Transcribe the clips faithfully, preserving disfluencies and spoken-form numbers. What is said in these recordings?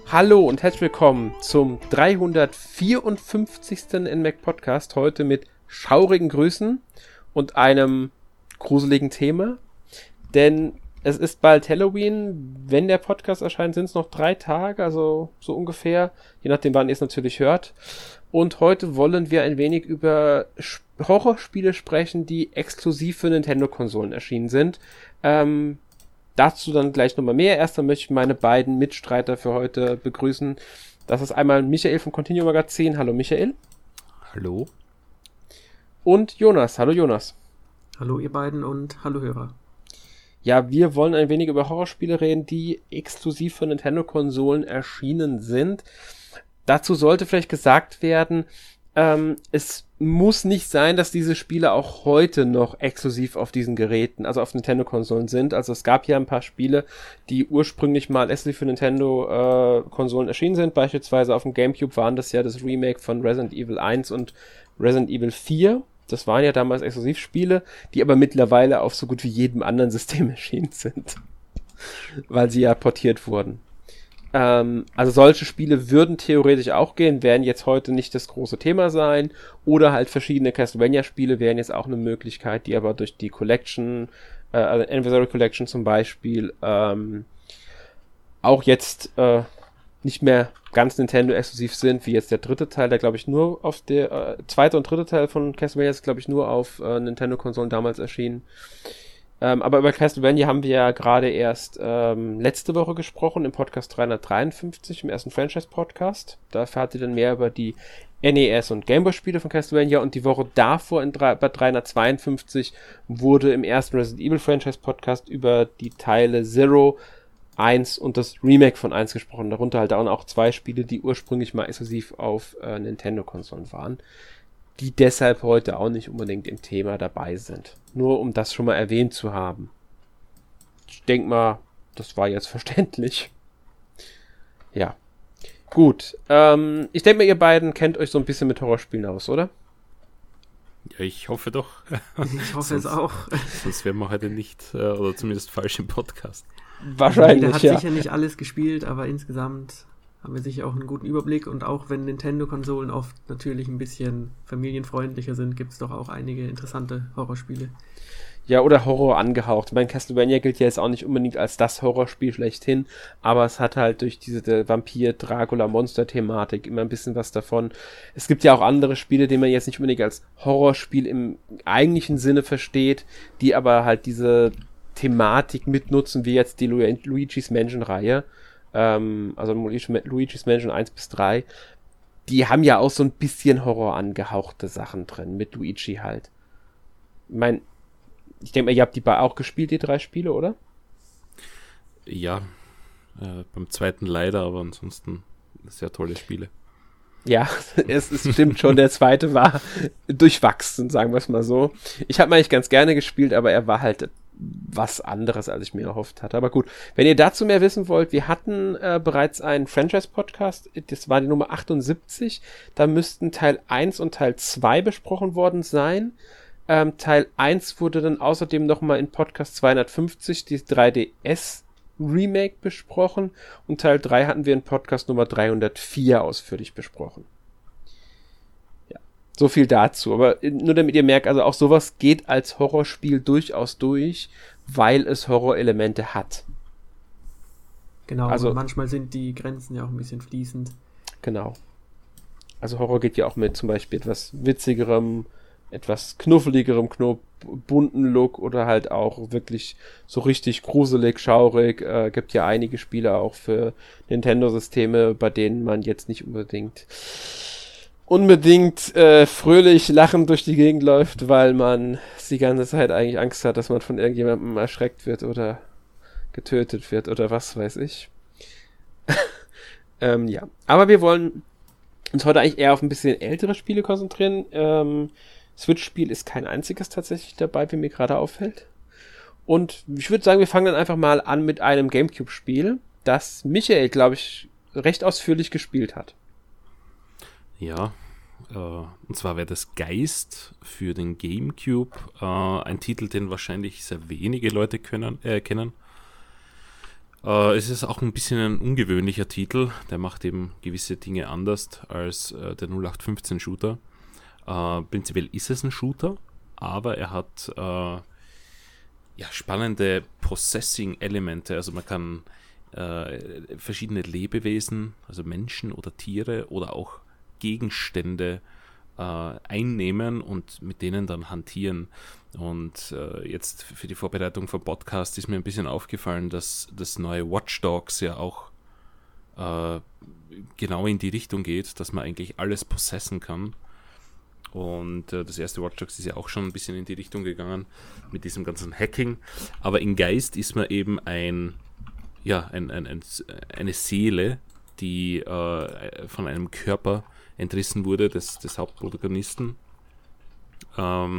Hallo und herzlich willkommen zum dreihundertvierundfünfzigsten N M A C Podcast. Heute mit schaurigen Grüßen und einem gruseligen Thema. Denn es ist bald Halloween. Wenn der Podcast erscheint, sind es noch drei Tage, also so ungefähr. Je nachdem, wann ihr es natürlich hört. Und heute wollen wir ein wenig über Horrorspiele sprechen, die exklusiv für Nintendo-Konsolen erschienen sind. Ähm... Dazu dann gleich nochmal mehr. Erst dann möchte ich meine beiden Mitstreiter für heute begrüßen. Das ist einmal Michael vom Continuum Magazin. Hallo Michael. Hallo. Und Jonas. Hallo Jonas. Hallo ihr beiden und hallo Hörer. Ja, wir wollen ein wenig über Horrorspiele reden, die exklusiv für Nintendo-Konsolen erschienen sind. Dazu sollte vielleicht gesagt werden, ähm, es muss nicht sein, dass diese Spiele auch heute noch exklusiv auf diesen Geräten, also auf Nintendo-Konsolen sind. Also es gab ja ein paar Spiele, die ursprünglich mal exklusiv für Nintendo-Konsolen äh, erschienen sind. Beispielsweise auf dem GameCube waren das ja das Remake von Resident Evil eins und Resident Evil vier. Das waren ja damals Exklusivspiele, die aber mittlerweile auf so gut wie jedem anderen System erschienen sind. Weil sie ja portiert wurden. Also solche Spiele würden theoretisch auch gehen, werden jetzt heute nicht das große Thema sein. Oder halt verschiedene Castlevania-Spiele wären jetzt auch eine Möglichkeit, die aber durch die Collection, äh, also Anniversary Collection zum Beispiel, ähm, auch jetzt äh, nicht mehr ganz Nintendo-exklusiv sind, wie jetzt der dritte Teil, der glaube ich nur auf der, äh, zweite und dritte Teil von Castlevania ist glaube ich nur auf äh, Nintendo-Konsolen damals erschienen. Ähm, aber über Castlevania haben wir ja gerade erst ähm, letzte Woche gesprochen, im Podcast dreihundertdreiundfünfzig, im ersten Franchise-Podcast. Da erfahrt ihr dann mehr über die N E S- und Gameboy-Spiele von Castlevania. Und die Woche davor, in drei, bei dreihundertzweiundfünfzig, wurde im ersten Resident Evil Franchise-Podcast über die Teile Zero, eins und das Remake von eins gesprochen. Darunter halt auch zwei Spiele, die ursprünglich mal exklusiv auf äh, Nintendo-Konsolen waren, die deshalb heute auch nicht unbedingt im Thema dabei sind. Nur um das schon mal erwähnt zu haben. Ich denke mal, das war jetzt verständlich. Ja. Gut. Ähm, ich denke mal, ihr beiden kennt euch so ein bisschen mit Horrorspielen aus, oder? Ja, ich hoffe doch. Ich hoffe es auch. Sonst wären wir heute nicht, äh, oder zumindest falsch im Podcast. Wahrscheinlich, Jeder hat ja. sicher nicht alles gespielt, aber insgesamt haben wir sicher auch einen guten Überblick, und auch wenn Nintendo-Konsolen oft natürlich ein bisschen familienfreundlicher sind, gibt es doch auch einige interessante Horrorspiele. Ja, oder Horror angehaucht. Mein Castlevania gilt ja jetzt auch nicht unbedingt als das Horrorspiel schlechthin, aber es hat halt durch diese Vampir-Dracula-Monster-Thematik immer ein bisschen was davon. Es gibt ja auch andere Spiele, die man jetzt nicht unbedingt als Horrorspiel im eigentlichen Sinne versteht, die aber halt diese Thematik mitnutzen, wie jetzt die Lu- Luigi's Mansion-Reihe. Also Luigi's Mansion eins bis drei, die haben ja auch so ein bisschen Horror angehauchte Sachen drin, mit Luigi halt. Ich meine, ich denke mal, ihr habt die auch gespielt, die drei Spiele, oder? Ja, äh, beim zweiten leider, aber ansonsten sehr tolle Spiele. Ja, es, es stimmt schon, der zweite war durchwachsen, sagen wir es mal so. Ich habe ihn eigentlich ganz gerne gespielt, aber er war halt was anderes, als ich mir erhofft hatte. Aber gut, wenn ihr dazu mehr wissen wollt, wir hatten äh, bereits einen Franchise-Podcast, das war die Nummer achtundsiebzig, da müssten Teil eins und Teil zwei besprochen worden sein. Ähm, Teil eins wurde dann außerdem nochmal in Podcast zweihundertfünfzig, die drei D S-Remake besprochen, und Teil drei hatten wir in Podcast Nummer dreihundertvier ausführlich besprochen. So viel dazu, aber nur damit ihr merkt, also auch sowas geht als Horrorspiel durchaus durch, weil es Horrorelemente hat. Genau, also und manchmal sind die Grenzen ja auch ein bisschen fließend. Genau. Also Horror geht ja auch mit zum Beispiel etwas witzigerem, etwas knuffeligerem, knuff, bunten Look oder halt auch wirklich so richtig gruselig, schaurig. Äh, gibt ja einige Spiele auch für Nintendo-Systeme, bei denen man jetzt nicht unbedingt unbedingt äh, fröhlich lachend durch die Gegend läuft, weil man die ganze Zeit eigentlich Angst hat, dass man von irgendjemandem erschreckt wird oder getötet wird oder was weiß ich. ähm, ja, aber wir wollen uns heute eigentlich eher auf ein bisschen ältere Spiele konzentrieren. Ähm, Switch-Spiel ist kein einziges tatsächlich dabei, wie mir gerade auffällt. Und ich würde sagen, wir fangen dann einfach mal an mit einem GameCube-Spiel, das Michael, glaube ich, recht ausführlich gespielt hat. Ja, äh, und zwar wäre das Geist für den GameCube, äh, ein Titel, den wahrscheinlich sehr wenige Leute können, äh, kennen. Äh, es ist auch ein bisschen ein ungewöhnlicher Titel. Der macht eben gewisse Dinge anders als äh, der null acht fünfzehn Shooter. Äh, prinzipiell ist es ein Shooter, aber er hat äh, ja, spannende Processing-Elemente. Also man kann äh, verschiedene Lebewesen, also Menschen oder Tiere oder auch Gegenstände äh, einnehmen und mit denen dann hantieren. Und äh, jetzt für die Vorbereitung vom Podcast ist mir ein bisschen aufgefallen, dass das neue Watch Dogs ja auch äh, genau in die Richtung geht, dass man eigentlich alles possessen kann. Und äh, das erste Watch Dogs ist ja auch schon ein bisschen in die Richtung gegangen mit diesem ganzen Hacking. Aber in Geist ist man eben ein, ja, ein, ein, ein, eine Seele, die äh, von einem Körper entrissen wurde, des, des Hauptprotagonisten. Ähm,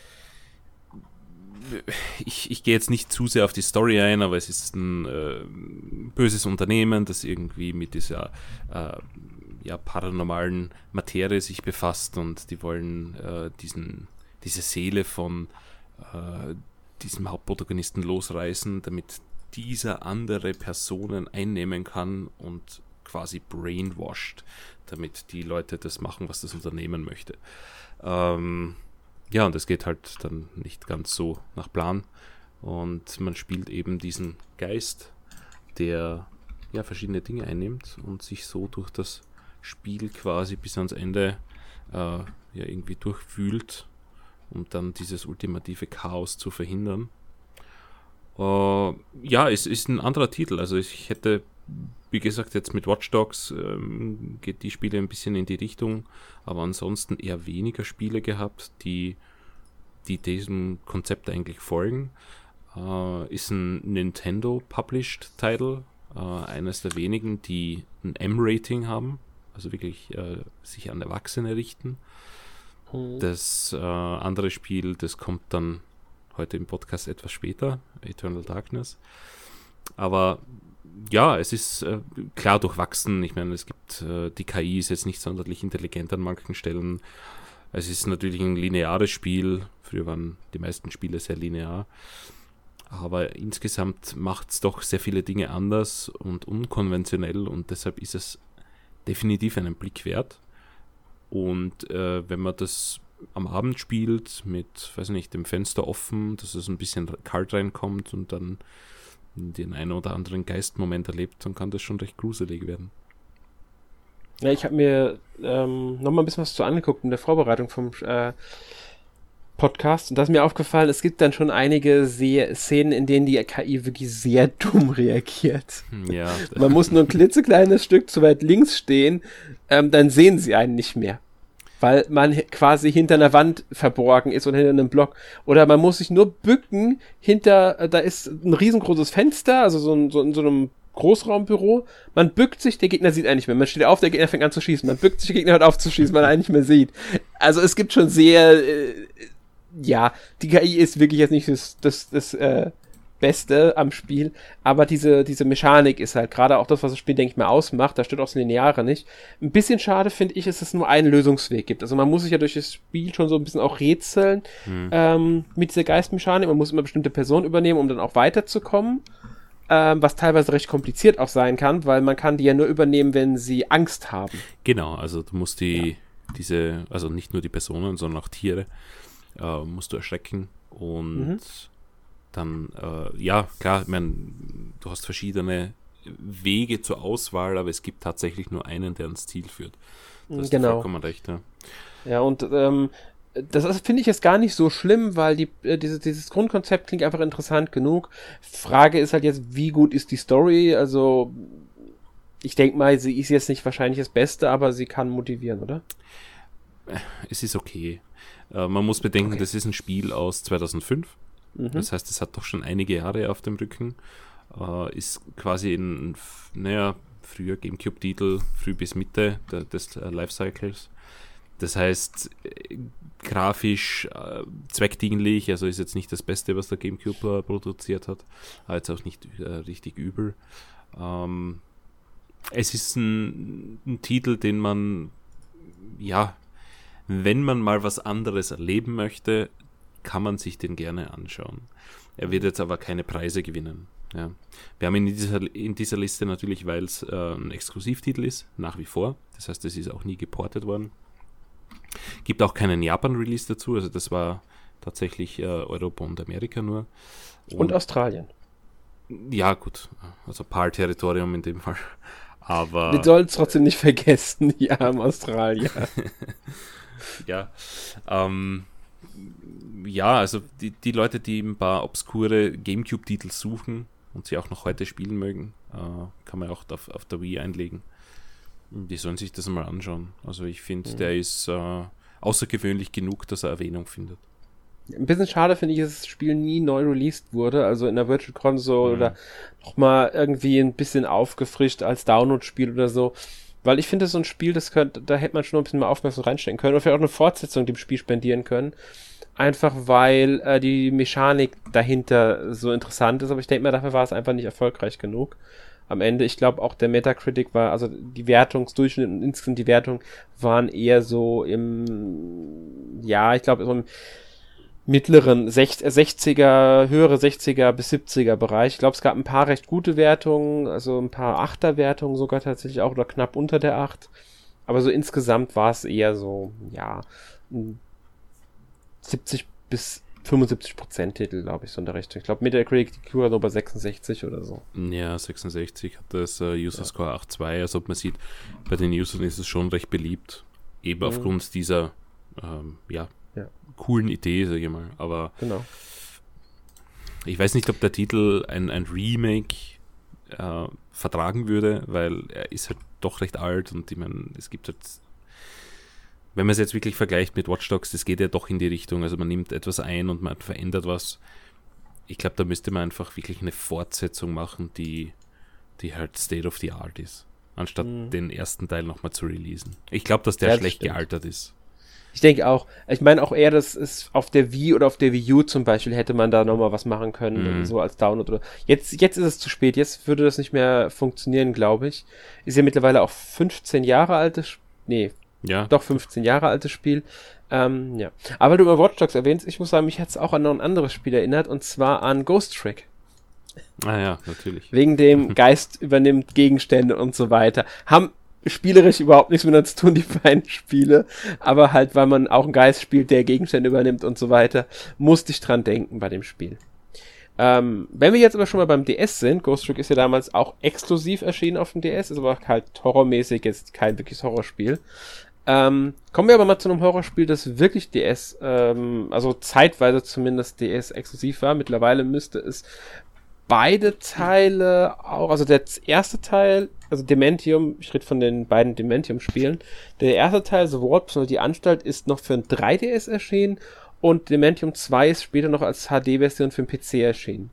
Ich, ich gehe jetzt nicht zu sehr auf die Story ein, aber es ist ein äh, böses Unternehmen, das irgendwie mit dieser äh, ja, paranormalen Materie sich befasst, und die wollen äh, diesen, diese Seele von äh, diesem Hauptprotagonisten losreißen, damit dieser andere Personen einnehmen kann und quasi brainwashed, damit die Leute das machen, was das Unternehmen möchte. Ähm, Ja, und es geht halt dann nicht ganz so nach Plan. Und man spielt eben diesen Geist, der ja verschiedene Dinge einnimmt und sich so durch das Spiel quasi bis ans Ende äh, ja irgendwie durchfühlt, um dann dieses ultimative Chaos zu verhindern. Äh, ja, es ist ein anderer Titel. Also ich hätte, wie gesagt, jetzt mit Watch Dogs ähm, geht die Spiele ein bisschen in die Richtung, aber ansonsten eher weniger Spiele gehabt, die, die diesem Konzept eigentlich folgen. Äh, ist ein Nintendo-Published Title, äh, eines der wenigen, die ein M-Rating haben, also wirklich äh, sich an Erwachsene richten. Mhm. Das äh, andere Spiel, das kommt dann heute im Podcast etwas später, Eternal Darkness. Aber ja, es ist äh, klar durchwachsen. Ich meine, es gibt, äh, die K I ist jetzt nicht sonderlich intelligent an manchen Stellen. Es ist natürlich ein lineares Spiel. Früher waren die meisten Spiele sehr linear. Aber insgesamt macht es doch sehr viele Dinge anders und unkonventionell, und deshalb ist es definitiv einen Blick wert. Und äh, wenn man das am Abend spielt, mit, weiß nicht, dem Fenster offen, dass es ein bisschen kalt reinkommt und dann den einen oder anderen Geistmoment erlebt, dann kann das schon recht gruselig werden. Ja, ich habe mir ähm, nochmal ein bisschen was zu angeguckt in der Vorbereitung vom äh, Podcast, und da ist mir aufgefallen, es gibt dann schon einige Se- Szenen, in denen die K I wirklich sehr dumm reagiert. Ja. Man muss nur ein klitzekleines Stück zu weit links stehen, ähm, dann sehen sie einen nicht mehr. Weil man quasi hinter einer Wand verborgen ist oder hinter einem Block. Oder man muss sich nur bücken hinter, da ist ein riesengroßes Fenster, also so, ein, so in so einem Großraumbüro. Man bückt sich, der Gegner sieht einen nicht mehr. Man steht auf, der Gegner fängt an zu schießen. Man bückt sich, der Gegner hört auf zu schießen, weil er einen nicht mehr sieht. Also es gibt schon sehr, äh, ja, die K I ist wirklich jetzt nicht das, das, das äh, Beste am Spiel, aber diese, diese Mechanik ist halt gerade auch das, was das Spiel, denke ich mal, ausmacht. Da steht auch das Lineare nicht. Ein bisschen schade, finde ich, ist, dass es nur einen Lösungsweg gibt. Also man muss sich ja durch das Spiel schon so ein bisschen auch rätseln hm. ähm, mit dieser Geistmechanik. Man muss immer bestimmte Personen übernehmen, um dann auch weiterzukommen. Ähm, was teilweise recht kompliziert auch sein kann, weil man kann die ja nur übernehmen, wenn sie Angst haben. Genau, also du musst die, ja. diese, also nicht nur die Personen, sondern auch Tiere, äh, musst du erschrecken und mhm. dann, äh, ja, klar, ich meine, du hast verschiedene Wege zur Auswahl, aber es gibt tatsächlich nur einen, der ans Ziel führt. Da hast genau. du vollkommen recht, ja. Ja, und ähm, das finde ich jetzt gar nicht so schlimm, weil die, äh, diese, dieses Grundkonzept klingt einfach interessant genug. Frage ist halt jetzt, wie gut ist die Story? Also, ich denke mal, sie ist jetzt nicht wahrscheinlich das Beste, aber sie kann motivieren, oder? Es ist okay. Äh, man muss bedenken, okay. Das ist ein Spiel aus zweitausendfünf. Mhm. Das heißt, es hat doch schon einige Jahre auf dem Rücken. Äh, ist quasi ein, naja, früher GameCube-Titel, früh bis Mitte der, des äh, Lifecycles. Das heißt, äh, grafisch äh, zweckdienlich, also ist jetzt nicht das Beste, was der GameCube äh, produziert hat, aber jetzt auch nicht äh, richtig übel. Ähm, es ist ein, ein Titel, den man, ja, wenn man mal was anderes erleben möchte, kann man sich den gerne anschauen. Er wird jetzt aber keine Preise gewinnen. Ja. Wir haben in dieser, in dieser Liste natürlich, weil es äh, ein Exklusivtitel ist, nach wie vor. Das heißt, es ist auch nie geportet worden. Gibt auch keinen Japan-Release dazu, also das war tatsächlich äh, Europa und Amerika nur. Und, und Australien. Ja, gut. Also P A L-Territorium in dem Fall. Aber wir sollen es trotzdem nicht vergessen, die armen Australier. ja, ähm, ja, also die, die Leute, die ein paar obskure Gamecube-Titel suchen und sie auch noch heute spielen mögen, äh, kann man auch auf, auf der Wii einlegen. Die sollen sich das mal anschauen. Also ich finde, mhm. der ist äh, außergewöhnlich genug, dass er Erwähnung findet. Ein bisschen schade finde ich, dass das Spiel nie neu released wurde, also in der Virtual Console mhm. oder nochmal irgendwie ein bisschen aufgefrischt als Download-Spiel oder so, weil ich finde, so ein Spiel, das könnte, da hätte man schon noch ein bisschen mehr Aufmerksamkeit reinstecken können oder vielleicht auch eine Fortsetzung dem Spiel spendieren können, einfach weil äh, die Mechanik dahinter so interessant ist, aber ich denke mal, dafür war es einfach nicht erfolgreich genug. Am Ende, ich glaube auch der Metacritic war, also die Wertungsdurchschnitt und insgesamt die Wertung waren eher so im, ja, ich glaube so im mittleren sechziger, höhere sechziger bis siebziger Bereich. Ich glaube, es gab ein paar recht gute Wertungen, also ein paar Achter-Wertungen sogar tatsächlich auch oder knapp unter der acht. Aber so insgesamt war es eher so, ja, siebzig bis fünfundsiebzig Prozent Titel, glaube ich, so in der Richtung. Ich glaube, Metacritic die Cure nur bei sechsundsechzig oder so. Ja, sechsundsechzig hat das uh, User Score ja. acht Komma zwei. Also man sieht, bei den Usern ist es schon recht beliebt. Eben mhm. aufgrund dieser, ähm, ja, ja, coolen Idee, sage ich mal. Aber genau. Ich weiß nicht, ob der Titel ein, ein Remake äh, vertragen würde, weil er ist halt doch recht alt und ich meine, es gibt halt, wenn man es jetzt wirklich vergleicht mit Watch Dogs, das geht ja doch in die Richtung, also man nimmt etwas ein und man verändert was. Ich glaube, da müsste man einfach wirklich eine Fortsetzung machen, die, die halt State of the Art ist, anstatt mhm. den ersten Teil nochmal zu releasen. Ich glaube, dass der ja, das schlecht stimmt. gealtert ist. Ich denke auch, ich meine auch eher, dass es auf der Wii oder auf der Wii U zum Beispiel hätte man da nochmal was machen können, mhm. so als Download oder. Jetzt, jetzt ist es zu spät, jetzt würde das nicht mehr funktionieren, glaube ich. Ist ja mittlerweile auch fünfzehn Jahre altes, nee, ja. doch fünfzehn Jahre altes Spiel. Ähm, ja. Aber weil du über Watch Dogs erwähnst, ich muss sagen, mich hat es auch an noch ein anderes Spiel erinnert, und zwar an Ghost Trick. Ah ja, natürlich. Wegen dem Geist übernimmt Gegenstände und so weiter. Haben spielerisch überhaupt nichts miteinander zu tun, die beiden Spiele, aber halt, weil man auch einen Geist spielt, der Gegenstände übernimmt und so weiter, musste ich dran denken bei dem Spiel. Ähm, wenn wir jetzt aber schon mal beim D S sind, Ghost Trick ist ja damals auch exklusiv erschienen auf dem D S, ist aber halt horrormäßig jetzt kein wirkliches Horrorspiel. Ähm, kommen wir aber mal zu einem Horrorspiel, das wirklich D S, ähm, also zeitweise zumindest D S exklusiv war. Mittlerweile müsste es beide Teile auch, also der erste Teil, also Dementium, ich rede von den beiden Dementium-Spielen, der erste Teil, The Vault, also die Anstalt, ist noch für ein drei D S erschienen und Dementium zwei ist später noch als H D-Version für den P C erschienen.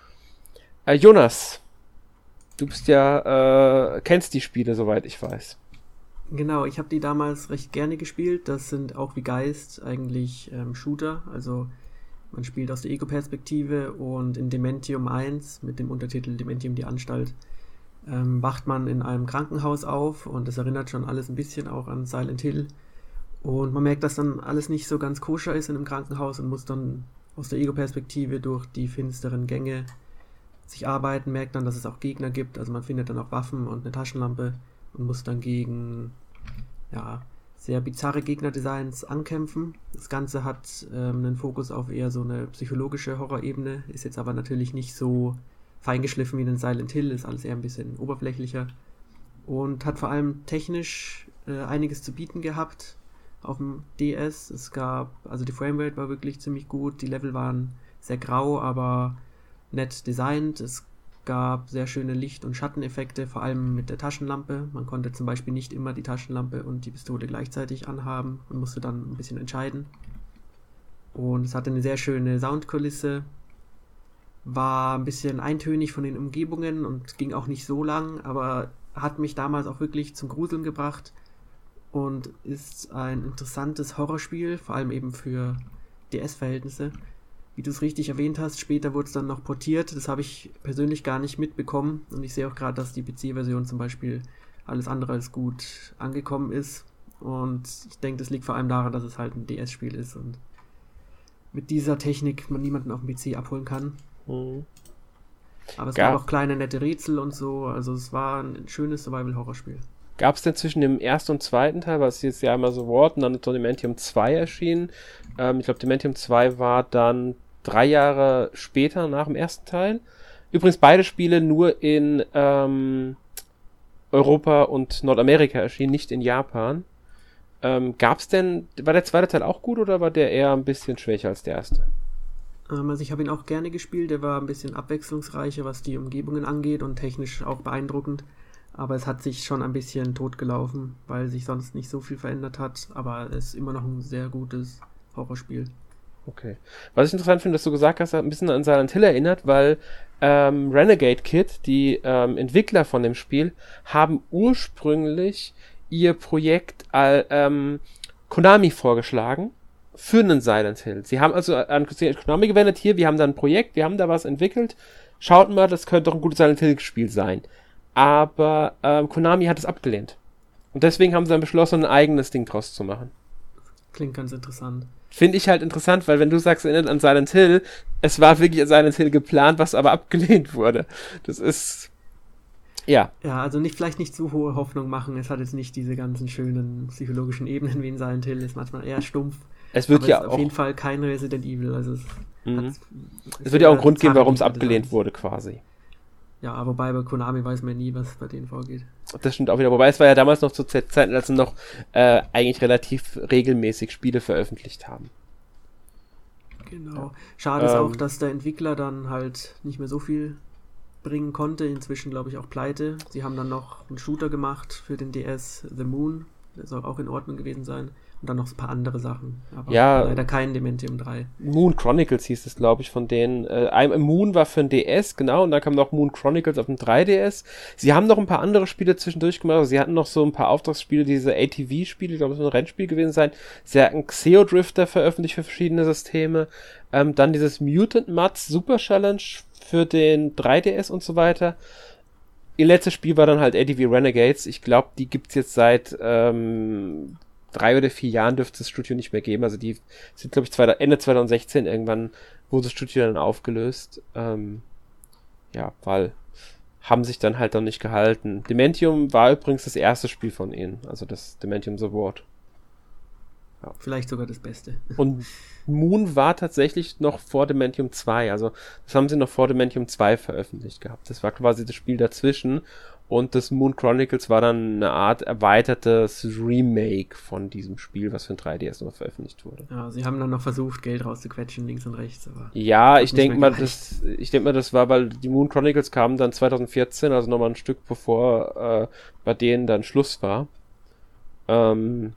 Äh, Jonas, du bist ja, äh, kennst die Spiele, soweit ich weiß. Genau, ich habe die damals recht gerne gespielt. Das sind auch wie Geist eigentlich ähm, Shooter, also man spielt aus der Ego-Perspektive, und in Dementium eins mit dem Untertitel Dementium die Anstalt ähm, wacht man in einem Krankenhaus auf, und das erinnert schon alles ein bisschen auch an Silent Hill, und man merkt, dass dann alles nicht so ganz koscher ist in einem Krankenhaus und muss dann aus der Ego-Perspektive durch die finsteren Gänge sich arbeiten, merkt dann, dass es auch Gegner gibt, also man findet dann auch Waffen und eine Taschenlampe und muss dann gegen ja, sehr bizarre Gegnerdesigns ankämpfen. Das Ganze hat ähm, einen Fokus auf eher so eine psychologische Horrorebene, ist jetzt aber natürlich nicht so feingeschliffen wie in Silent Hill, ist alles eher ein bisschen oberflächlicher und hat vor allem technisch äh, einiges zu bieten gehabt auf dem D S. Es gab, also die Framerate war wirklich ziemlich gut, die Level waren sehr grau, aber nett designt. Es gab sehr schöne Licht- und Schatteneffekte, vor allem mit der Taschenlampe. Man konnte zum Beispiel nicht immer die Taschenlampe und die Pistole gleichzeitig anhaben und musste dann ein bisschen entscheiden. Und es hatte eine sehr schöne Soundkulisse, war ein bisschen eintönig von den Umgebungen und ging auch nicht so lang, aber hat mich damals auch wirklich zum Gruseln gebracht und ist ein interessantes Horrorspiel, vor allem eben für D S-Verhältnisse. Wie du es richtig erwähnt hast, später wurde es dann noch portiert. Das habe ich persönlich gar nicht mitbekommen. Und ich sehe auch gerade, dass die P C-Version zum Beispiel alles andere als gut angekommen ist. Und ich denke, das liegt vor allem daran, dass es halt ein D S-Spiel ist und mit dieser Technik man niemanden auf dem P C abholen kann. Mhm. Aber es Gab- gab auch kleine nette Rätsel und so, also es war ein schönes Survival-Horror-Spiel. Gab es denn zwischen dem ersten und zweiten Teil, was jetzt ja einmal so Ward und dann ist Dementium zwei erschienen. Ähm, ich glaube, Dementium zwei war dann drei Jahre später nach dem ersten Teil. Übrigens beide Spiele nur in ähm, Europa und Nordamerika erschienen, nicht in Japan. Ähm, gab's denn, war der zweite Teil auch gut oder war der eher ein bisschen schwächer als der erste? Ähm, also ich habe ihn auch gerne gespielt, der war ein bisschen abwechslungsreicher, was die Umgebungen angeht und technisch auch beeindruckend. Aber es hat sich schon ein bisschen totgelaufen, weil sich sonst nicht so viel verändert hat. Aber es ist immer noch ein sehr gutes Horrorspiel. Okay. Was ich interessant finde, dass du gesagt hast, hat ein bisschen an Silent Hill erinnert, weil ähm, Renegade Kid, die ähm, Entwickler von dem Spiel, haben ursprünglich ihr Projekt äh, ähm, Konami vorgeschlagen für einen Silent Hill. Sie haben also an Konami gewendet, hier, wir haben da ein Projekt, wir haben da was entwickelt, schaut mal, das könnte doch ein gutes Silent Hill Spiel sein. Aber ähm, Konami hat es abgelehnt. Und deswegen haben sie dann beschlossen, ein eigenes Ding draus zu machen. Klingt ganz interessant. Finde ich halt interessant, weil wenn du sagst, erinnert an Silent Hill, es war wirklich an Silent Hill geplant, was aber abgelehnt wurde. Das ist, ja. Ja, also nicht vielleicht nicht zu hohe Hoffnung machen. Es hat jetzt nicht diese ganzen schönen psychologischen Ebenen wie in Silent Hill. Ist manchmal eher stumpf. Es wird aber ja es ist auch, auf jeden Fall kein Resident Evil. Also es, mhm. hat, es wird ja auch einen Grund geben, Zahlen warum es nicht abgelehnt Designs. wurde, quasi. Ja, wobei bei Konami weiß man nie, was bei denen vorgeht. Das stimmt auch wieder. Wobei es war ja damals noch zu Zeiten, als sie noch äh, eigentlich relativ regelmäßig Spiele veröffentlicht haben. Genau. Schade ist Ähm. auch, dass der Entwickler dann halt nicht mehr so viel bringen konnte. Inzwischen, glaube ich, auch pleite. Sie haben dann noch einen Shooter gemacht für den D S, The Moon. Der soll auch in Ordnung gewesen sein. Und dann noch ein paar andere Sachen. Aber Ja. leider kein Dementium drei. Moon Chronicles hieß es, glaube ich, von denen. Äh, Moon war für den D S, genau, und dann kam noch Moon Chronicles auf dem drei D S. Sie haben noch ein paar andere Spiele zwischendurch gemacht. Also sie hatten noch so ein paar Auftragsspiele, diese A T V-Spiele, ich glaube, es soll ein Rennspiel gewesen sein. Sie hatten Xeo Drifter veröffentlicht für verschiedene Systeme. Ähm, dann dieses Mutant Mudds Super Challenge für den drei D S und so weiter. Ihr letztes Spiel war dann halt A T V Renegades. Ich glaube, die gibt's jetzt seit ähm, drei oder vier Jahren dürfte das Studio nicht mehr geben. Also die sind, glaube ich, Ende zwanzig sechzehn irgendwann wurde das Studio dann aufgelöst. Ähm, ja, weil haben sich dann halt dann nicht gehalten. Dementium war übrigens das erste Spiel von ihnen. Also das Dementium The Ward. Ja. Vielleicht sogar das Beste. Und Moon war tatsächlich noch vor Dementium zwei. Also das haben sie noch vor Dementium zwei veröffentlicht gehabt. Das war quasi das Spiel dazwischen. Und das Moon Chronicles war dann eine Art erweitertes Remake von diesem Spiel, was für ein drei D S noch veröffentlicht wurde. Ja, sie haben dann noch versucht, Geld rauszuquetschen, links und rechts. Aber ja, ich denke mal, das, ich denke mal, das war, weil die Moon Chronicles kamen dann zwanzig vierzehn, also nochmal ein Stück bevor äh, bei denen dann Schluss war. Ähm,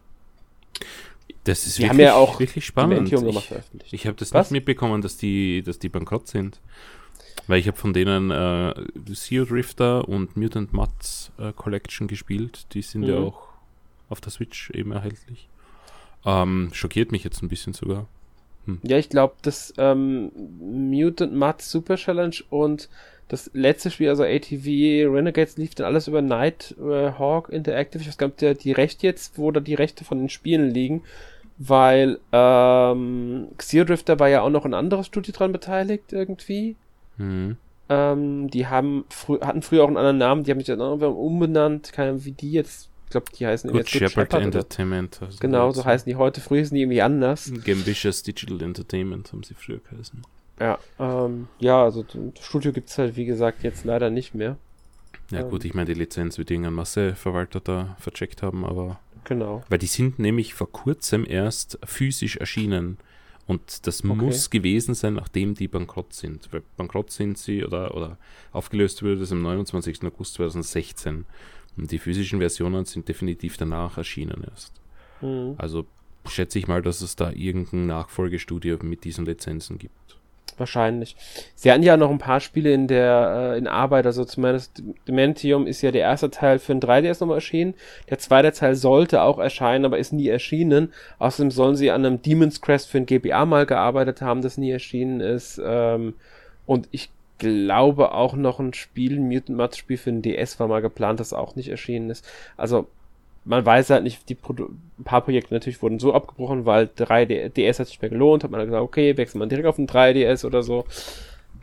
das ist die wirklich, haben ja auch wirklich spannend. Dementium nochmal Ich, veröffentlicht. ich habe das Was? nicht mitbekommen, dass die, dass die bankrott sind. Weil ich habe von denen äh, Xeo Drifter und Mutant Mudds äh, Collection gespielt. Die sind Mhm. ja auch auf der Switch eben erhältlich. Ähm, schockiert mich jetzt ein bisschen sogar. Hm. Ja, ich glaube, das ähm, Mutant Mudds Super Challenge und das letzte Spiel, also A T V Renegades, lief dann alles über Nighthawk Interactive. Ich weiß gar nicht, ob der die Rechte jetzt, wo da die Rechte von den Spielen liegen, weil ähm, Xeo Drifter war ja auch noch ein anderes Studio dran beteiligt irgendwie. Mhm. Ähm, die haben frü- hatten früher auch einen anderen Namen, die haben sich dann auch irgendwann umbenannt, keine Ahnung, wie die jetzt, ich glaube, die heißen Good jetzt Good Shepherd Shepherd oder- Entertainment. Also Genau, so heißen die heute. Früher hießen die irgendwie anders. Gambitious Digital Entertainment haben sie früher geheißen. Ja, ähm, ja, also das Studio gibt's halt, wie gesagt, jetzt leider nicht mehr. Ja Ähm. gut, ich meine, die Lizenz wird irgendein Masseverwalter da vercheckt haben, aber... Genau. Weil die sind nämlich vor kurzem erst physisch erschienen. Und das Okay. muss gewesen sein, nachdem die bankrott sind. Weil bankrott sind sie, oder, oder aufgelöst wurde das am neunundzwanzigsten August zweitausendsechzehn. Und die physischen Versionen sind definitiv danach erschienen erst. Mhm. Also schätze ich mal, dass es da irgendein Nachfolgestudio mit diesen Lizenzen gibt. Wahrscheinlich. Sie hatten ja noch ein paar Spiele in der äh, in Arbeit, also zumindest Dementium ist ja der erste Teil für den drei D S nochmal erschienen. Der zweite Teil sollte auch erscheinen, aber ist nie erschienen. Außerdem sollen sie an einem Demon's Crest für den G B A mal gearbeitet haben, das nie erschienen ist. Ähm, und ich glaube auch noch ein Spiel, ein Mutant Mudds Spiel für den D S war mal geplant, das auch nicht erschienen ist. Also man weiß halt nicht, die Produ- ein paar Projekte natürlich wurden so abgebrochen, weil drei D S hat sich nicht mehr gelohnt, hat man gesagt, okay, wechselt man direkt auf den drei D S oder so.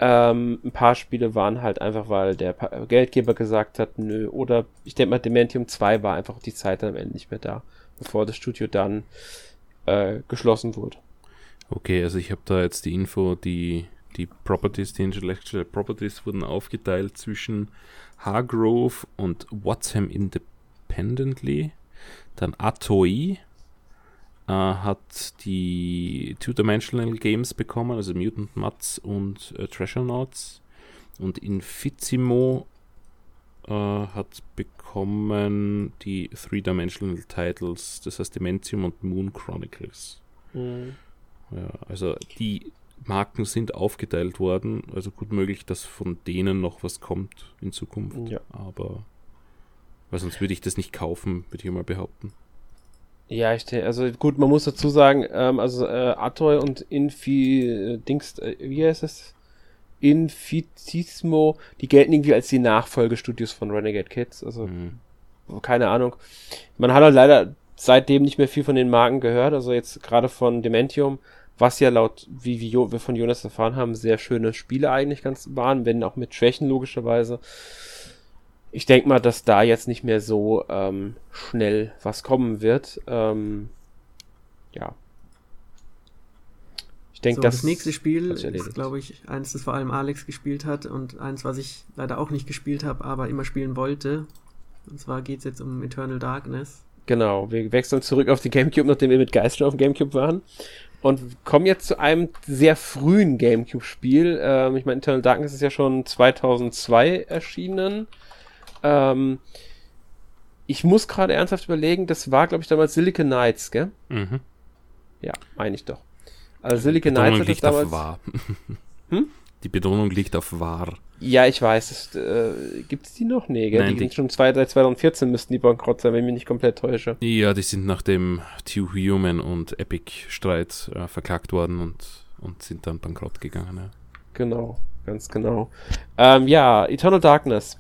Ähm, ein paar Spiele waren halt einfach, weil der pa- Geldgeber gesagt hat, nö, oder ich denke mal, Dementium zwei war einfach die Zeit dann am Ende nicht mehr da, bevor das Studio dann äh, geschlossen wurde. Okay, also ich habe da jetzt die Info, die, die Properties, die Intellectual Properties wurden aufgeteilt zwischen Hargrove und Watsham Independently. Dann Atoi äh, hat die Two-Dimensional Games bekommen, also Mutant Mutts und äh, Treasurenauts. Und Infizimo äh, hat bekommen die Three-Dimensional Titles, das heißt Dementium und Moon Chronicles. Mhm. Ja, also die Marken sind aufgeteilt worden, also gut möglich, dass von denen noch was kommt in Zukunft. Ja. Aber weil sonst würde ich das nicht kaufen, würde ich mal behaupten. Ja, ich denke, also gut, man muss dazu sagen, ähm, also äh, Atoi und Infi, äh, Dings, äh, wie heißt es? Infitismo, die gelten irgendwie als die Nachfolgestudios von Renegade Kids, also Mhm. keine Ahnung. Man hat halt leider seitdem nicht mehr viel von den Marken gehört, also jetzt gerade von Dementium, was ja laut, wie, wie jo- wir von Jonas erfahren haben, sehr schöne Spiele eigentlich ganz waren, wenn auch mit Schwächen logischerweise. Ich denke mal, dass da jetzt nicht mehr so ähm, schnell was kommen wird. Ähm, ja. Ich denke, So, das, das nächste Spiel hat sich erledigt. ist, glaube ich, eins, das vor allem Alex gespielt hat und eins, was ich leider auch nicht gespielt habe, aber immer spielen wollte. Und zwar geht es jetzt um Eternal Darkness. Genau, wir wechseln zurück auf die GameCube, nachdem wir mit Geist schon auf dem GameCube waren. Und kommen jetzt zu einem sehr frühen GameCube-Spiel. Ähm, ich meine, Eternal Darkness ist ja schon zweitausendzwei erschienen. Ähm, ich muss gerade ernsthaft überlegen, das war, glaube ich, damals Silicon Knights, gell? Mhm. Ja, meine ich doch. Also Silicon Die Knights Betonung hat das liegt damals... auf wahr. Hm? Die Betonung liegt auf wahr. Ja, ich weiß. Das, äh, gibt es die noch? Nee, gell? Nein, die die- sind schon zwei, seit zweitausendvierzehn müssten die bankrott sein, wenn ich mich nicht komplett täusche. Ja, die sind nach dem Two Human und Epic-Streit äh, verklagt worden und, und sind dann bankrott gegangen. Ja. Genau, ganz genau. Ähm, ja, Eternal Darkness.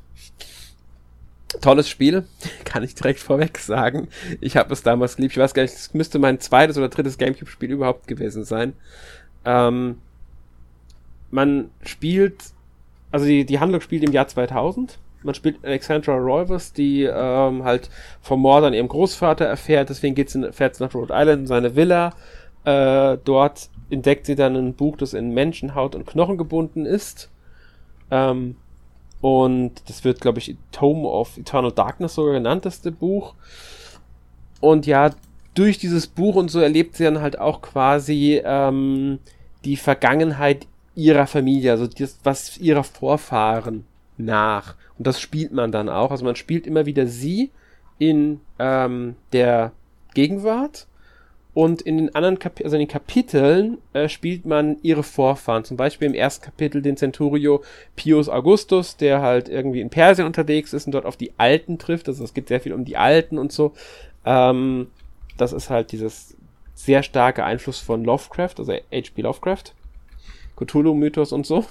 Tolles Spiel, kann ich direkt vorweg sagen. Ich habe es damals geliebt. Ich weiß gar nicht, es müsste mein zweites oder drittes Gamecube-Spiel überhaupt gewesen sein. Ähm, man spielt, also die, die Handlung spielt im Jahr zweitausend. Man spielt Alexandra Roivas, die ähm, halt vom Mord an ihrem Großvater erfährt. Deswegen geht's in, fährt sie nach Rhode Island in seine Villa. Äh, dort entdeckt sie dann ein Buch, das in Menschenhaut und Knochen gebunden ist. Ähm, Und das wird, glaube ich, Tome of Eternal Darkness sogar genannt, das Buch. Und ja, durch dieses Buch und so erlebt sie dann halt auch quasi ähm, die Vergangenheit ihrer Familie, also das, was ihrer Vorfahren nach. Und das spielt man dann auch. Also man spielt immer wieder sie in ähm, der Gegenwart. Und in den anderen Kapi- also in den Kapiteln äh, spielt man ihre Vorfahren. Zum Beispiel im ersten Kapitel den Centurio Pius Augustus, der halt irgendwie in Persien unterwegs ist und dort auf die Alten trifft. Also es geht sehr viel um die Alten und so. Ähm, das ist halt dieses sehr starke Einfluss von Lovecraft, also H P Lovecraft, Cthulhu-Mythos und so.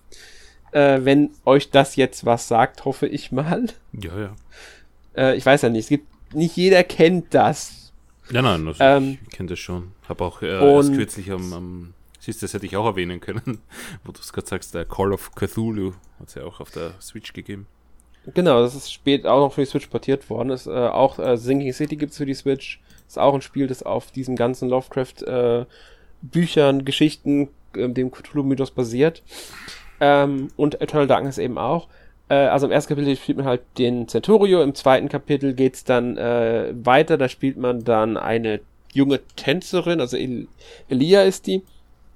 Äh, wenn euch das jetzt was sagt, hoffe ich mal. Ja, ja. Äh, ich weiß ja nicht, es gibt, nicht jeder kennt das. Ja, nein, also Ähm, ich kenne das schon. Habe auch äh, und- erst kürzlich am, am siehst du, das hätte ich auch erwähnen können, wo du es gerade sagst, der Call of Cthulhu hat es ja auch auf der Switch gegeben. Genau, das ist spät auch noch für die Switch portiert worden. Ist, äh, auch äh, Sinking City gibt's für die Switch. Ist auch ein Spiel, das auf diesem ganzen Lovecraft äh, Büchern, Geschichten, äh, dem Cthulhu-Mythos basiert. Ähm, und Eternal Darkness eben auch. Äh, also im ersten Kapitel spielt man halt den Centurio, im zweiten Kapitel geht's dann äh, weiter, da spielt man dann eine junge Tänzerin, also El- Elia ist die.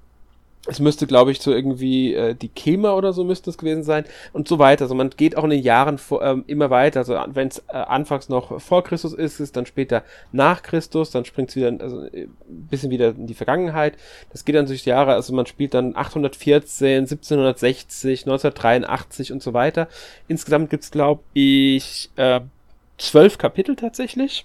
Es müsste, glaube ich, so irgendwie äh, die Kema oder so müsste es gewesen sein und so weiter. Also man geht auch in den Jahren vor, ähm, immer weiter. Also wenn es äh, anfangs noch vor Christus ist, ist es dann später nach Christus, dann springt es wieder also, ein bisschen wieder in die Vergangenheit. Das geht dann durch die Jahre, also man spielt dann achthundertvierzehn, siebzehnhundertsechzig, neunzehnhundertdreiundachtzig und so weiter. Insgesamt gibt's, glaube ich, äh, zwölf Kapitel tatsächlich.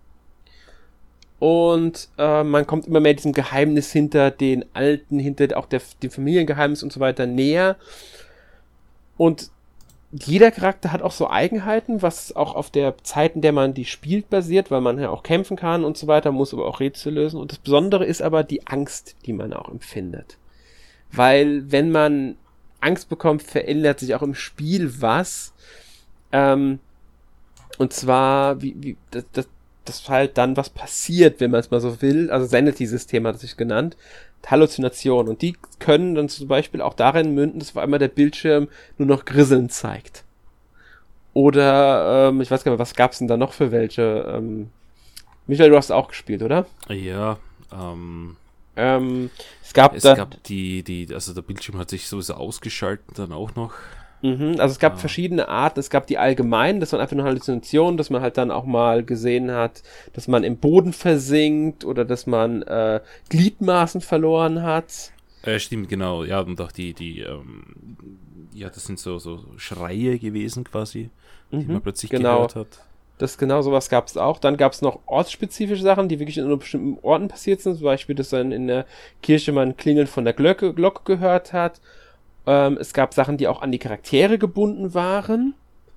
Und äh, man kommt immer mehr diesem Geheimnis hinter den Alten, hinter auch der, dem Familiengeheimnis und so weiter näher. Und jeder Charakter hat auch so Eigenheiten, was auch auf der Zeit, in der man die spielt, basiert, weil man ja auch kämpfen kann und so weiter, muss aber auch Rätsel lösen. Und das Besondere ist aber die Angst, die man auch empfindet. Weil wenn man Angst bekommt, verändert sich auch im Spiel was. Ähm, und zwar, wie, wie, das, das, das halt dann was passiert, wenn man es mal so will. Also Sanity-System hat es sich genannt. Halluzinationen. Und die können dann zum Beispiel auch darin münden, dass auf einmal der Bildschirm nur noch Grisseln zeigt. Oder, ähm, ich weiß gar nicht, was gab's denn da noch für welche? Ähm, Michael, du hast auch gespielt, oder? Ja, ähm... Ähm, es gab es dann, gab die, die, also der Bildschirm hat sich sowieso ausgeschaltet dann auch noch. Mhm, also es gab Ah. verschiedene Arten. Es gab die allgemeinen, das waren einfach nur Halluzinationen, dass man halt dann auch mal gesehen hat, dass man im Boden versinkt oder dass man äh, Gliedmaßen verloren hat. Äh, stimmt, genau, ja, und auch die, die, ähm, ja, das sind so, so Schreie gewesen quasi, die Mhm, man plötzlich genau. gehört hat. Das genau sowas gab es auch. Dann gab es noch ortsspezifische Sachen, die wirklich in nur bestimmten Orten passiert sind. Zum Beispiel, dass dann in der Kirche man ein Klingeln von der Glocke, Glocke gehört hat. Ähm, es gab Sachen, die auch an die Charaktere gebunden waren.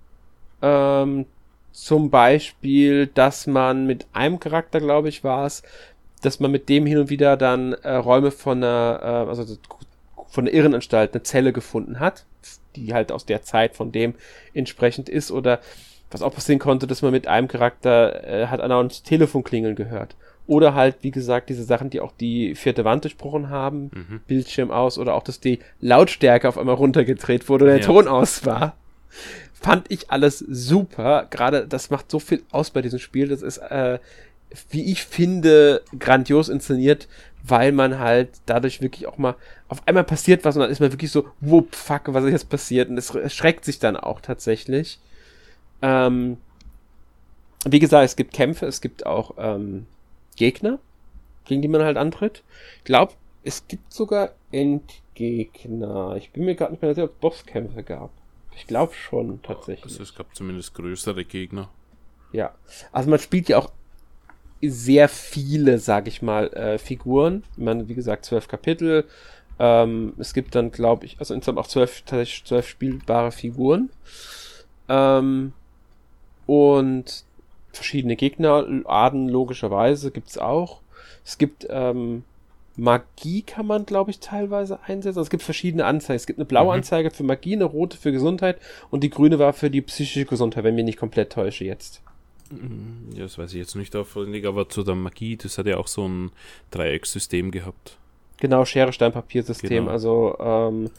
Ähm, zum Beispiel, dass man mit einem Charakter, glaube ich, war es, dass man mit dem hin und wieder dann äh, Räume von einer, äh, also von der Irrenanstalt, eine Zelle gefunden hat, die halt aus der Zeit von dem entsprechend ist. Oder was auch passieren konnte, dass man mit einem Charakter äh, hat andauernd Telefon klingeln gehört. Oder halt, wie gesagt, diese Sachen, die auch die vierte Wand durchbrochen haben, Mhm. Bildschirm aus, oder auch, dass die Lautstärke auf einmal runtergedreht wurde oder der Ja. Ton aus war. Fand ich alles super. Gerade das macht so viel aus bei diesem Spiel. Das ist, äh, wie ich finde, grandios inszeniert, weil man halt dadurch wirklich auch mal, auf einmal passiert was und dann ist man wirklich so, wupp, fuck, was ist jetzt passiert? Und es erschreckt sich dann auch tatsächlich. Ähm, wie gesagt, es gibt Kämpfe, es gibt auch ähm, Gegner, gegen die man halt antritt. Ich glaube, es gibt sogar Endgegner. Ich bin mir gerade nicht mehr sicher, ob es Bosskämpfe gab. Ich glaube schon, tatsächlich. Also es gab zumindest größere Gegner. Ja, also man spielt ja auch sehr viele, sag ich mal, äh, Figuren. Ich meine, wie gesagt, zwölf Kapitel. Ähm, es gibt dann, glaube ich, also insgesamt auch zwölf, tatsächlich zwölf spielbare Figuren. Ähm, und verschiedene Gegnerarten, logischerweise, gibt's auch. Es gibt ähm, Magie kann man, glaube ich, teilweise einsetzen. Also es gibt verschiedene Anzeigen. Es gibt eine blaue Mhm. Anzeige für Magie, eine rote für Gesundheit und die grüne war für die psychische Gesundheit, wenn mich nicht komplett täusche jetzt. Ja, das weiß ich jetzt nicht aufwendig, aber zu der Magie, das hat ja auch so ein Dreieckssystem gehabt. Genau, Schere, Stein, Papier-System. Genau. Also, ähm,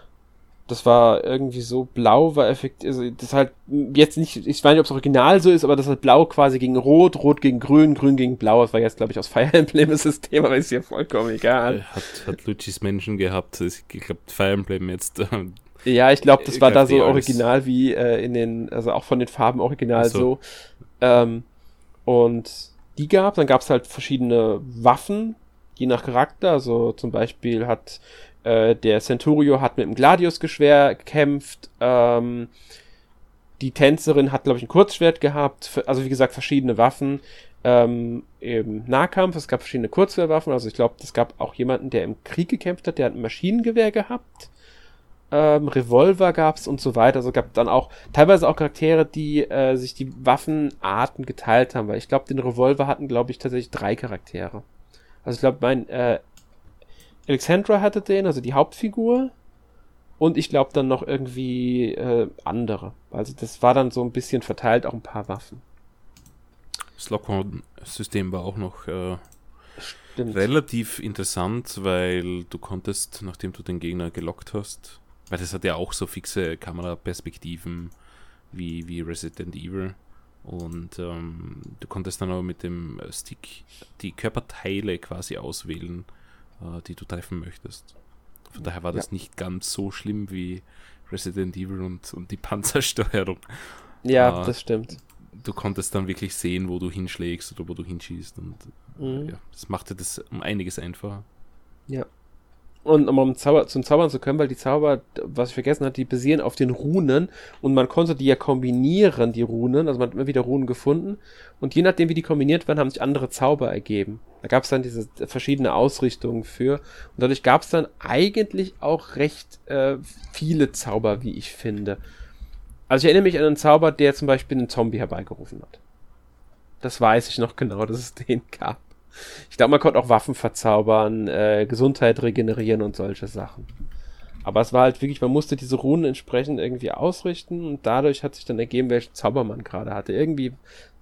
das war irgendwie so, blau war effektiv, also das halt jetzt nicht, ich weiß nicht, ob es original so ist, aber das halt blau quasi gegen rot, rot gegen grün, grün gegen blau, das war jetzt, glaube ich, aus Fire Emblem-System, aber ist ja vollkommen egal. Äh, Hat, hat Luigi's Menschen gehabt. Ich glaube, Fire Emblem jetzt. ähm, Ja, ich glaube, das war da greift eh so alles. original wie äh, in den, also auch von den Farben original Ach so. so. Ähm, und die gab, dann gab es halt verschiedene Waffen, je nach Charakter. Also zum Beispiel hat äh, der Centurio hat mit dem Gladius-Geschwehr gekämpft. Ähm, die Tänzerin hat, glaube ich, ein Kurzschwert gehabt. F- Also wie gesagt, verschiedene Waffen. Ähm, im Nahkampf, es gab verschiedene Kurzwehrwaffen. Also ich glaube, es gab auch jemanden, der im Krieg gekämpft hat, der hat ein Maschinengewehr gehabt. Ähm, Revolver gab's und so weiter. Also gab dann auch teilweise auch Charaktere, die äh, sich die Waffenarten geteilt haben, weil ich glaube, den Revolver hatten, glaube ich, tatsächlich drei Charaktere. Also ich glaube, mein äh, Alexandra hatte den, also die Hauptfigur, und ich glaube dann noch irgendwie äh, andere. Also das war dann so ein bisschen verteilt, auch ein paar Waffen. Das Lockhorn-System war auch noch äh, Stimmt. relativ interessant, weil du konntest, nachdem du den Gegner gelockt hast, weil das hat ja auch so fixe Kameraperspektiven wie, wie Resident Evil, und ähm, du konntest dann aber mit dem Stick die Körperteile quasi auswählen, äh, die du treffen möchtest. Von daher war das Ja. nicht ganz so schlimm wie Resident Evil und, und die Panzersteuerung. Ja, Ah. das stimmt. Du konntest dann wirklich sehen, wo du hinschlägst oder wo du hinschießt, und Mhm. ja, das machte das um einiges einfacher. Ja. Und um Zauber, zum Zaubern zu können, weil die Zauber, was ich vergessen hatte, die basieren auf den Runen und man konnte die ja kombinieren, die Runen, also man hat immer wieder Runen gefunden und je nachdem, wie die kombiniert waren, haben sich andere Zauber ergeben. Da gab es dann diese verschiedene Ausrichtungen für und dadurch gab es dann eigentlich auch recht äh, viele Zauber, wie ich finde. Also ich erinnere mich an einen Zauber, der zum Beispiel einen Zombie herbeigerufen hat. Das weiß ich noch genau, dass es den gab. Ich glaube, man konnte auch Waffen verzaubern, äh, Gesundheit regenerieren und solche Sachen. Aber es war halt wirklich, man musste diese Runen entsprechend irgendwie ausrichten und dadurch hat sich dann ergeben, welchen Zauber man gerade hatte. Irgendwie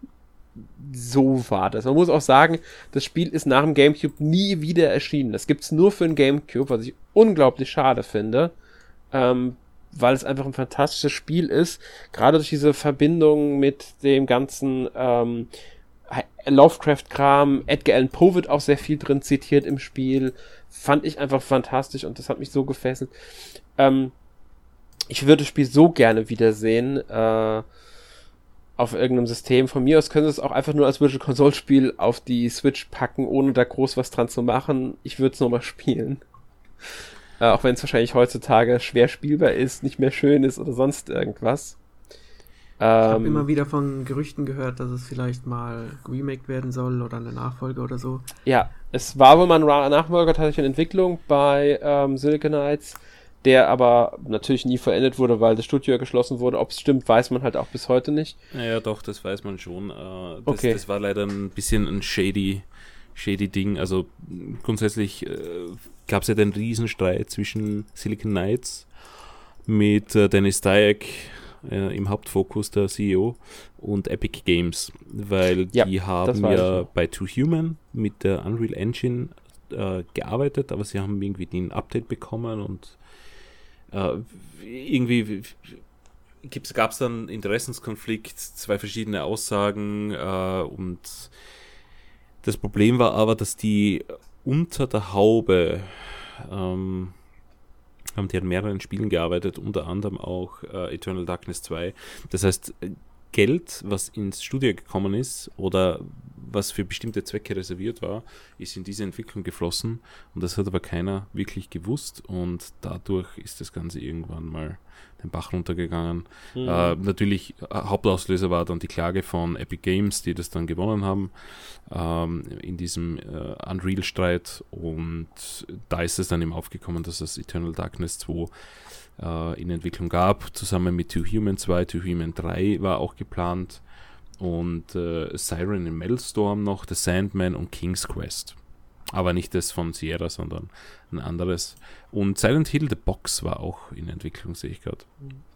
so war das. Man muss auch sagen, das Spiel ist nach dem GameCube nie wieder erschienen. Das gibt's nur für den GameCube, was ich unglaublich schade finde, ähm, weil es einfach ein fantastisches Spiel ist. Gerade durch diese Verbindung mit dem ganzen ähm, Lovecraft-Kram, Edgar Allan Poe wird auch sehr viel drin zitiert im Spiel, fand ich einfach fantastisch und das hat mich so gefesselt. Ähm, ich würde das Spiel so gerne wiedersehen, äh, auf irgendeinem System. Von mir aus können sie es auch einfach nur als Virtual Console Spiel auf die Switch packen, ohne da groß was dran zu machen. Ich würde es nochmal spielen. Äh, auch wenn es wahrscheinlich heutzutage schwer spielbar ist, nicht mehr schön ist oder sonst irgendwas. Ich habe immer wieder von Gerüchten gehört, dass es vielleicht mal remaked werden soll oder eine Nachfolge oder so. Ja, es war wohl mal ein Nachfolger tatsächlich in Entwicklung bei ähm, Silicon Knights, der aber natürlich nie verendet wurde, weil das Studio ja geschlossen wurde. Ob es stimmt, weiß man halt auch bis heute nicht. Naja, doch, das weiß man schon. Das, okay. das war leider ein bisschen ein shady, shady Ding. Also grundsätzlich äh, gab es ja den Riesenstreit zwischen Silicon Knights mit äh, Dennis Dyack äh, im Hauptfokus, der C E O, und Epic Games, weil ja, die haben ja bei Two Human mit der Unreal Engine äh, gearbeitet, aber sie haben irgendwie den Update bekommen und Uh, irgendwie gab es dann Interessenskonflikt, zwei verschiedene Aussagen uh, und das Problem war aber, dass die unter der Haube ähm, haben die an mehreren Spielen gearbeitet, unter anderem auch uh, Eternal Darkness zwei. Das heißt, Geld, was ins Studio gekommen ist oder was für bestimmte Zwecke reserviert war, ist in diese Entwicklung geflossen und das hat aber keiner wirklich gewusst und dadurch ist das Ganze irgendwann mal den Bach runtergegangen. Mhm. Äh, natürlich, Hauptauslöser war dann die Klage von Epic Games, die das dann gewonnen haben ähm, in diesem äh, Unreal-Streit und da ist es dann eben aufgekommen, dass es Eternal Darkness zwei äh, in Entwicklung gab, zusammen mit Two Human zwei, Two Human drei war auch geplant und äh, Siren in Metalstorm noch, The Sandman und King's Quest. Aber nicht das von Sierra, sondern ein anderes. Und Silent Hill The Box war auch in Entwicklung, sehe ich gerade.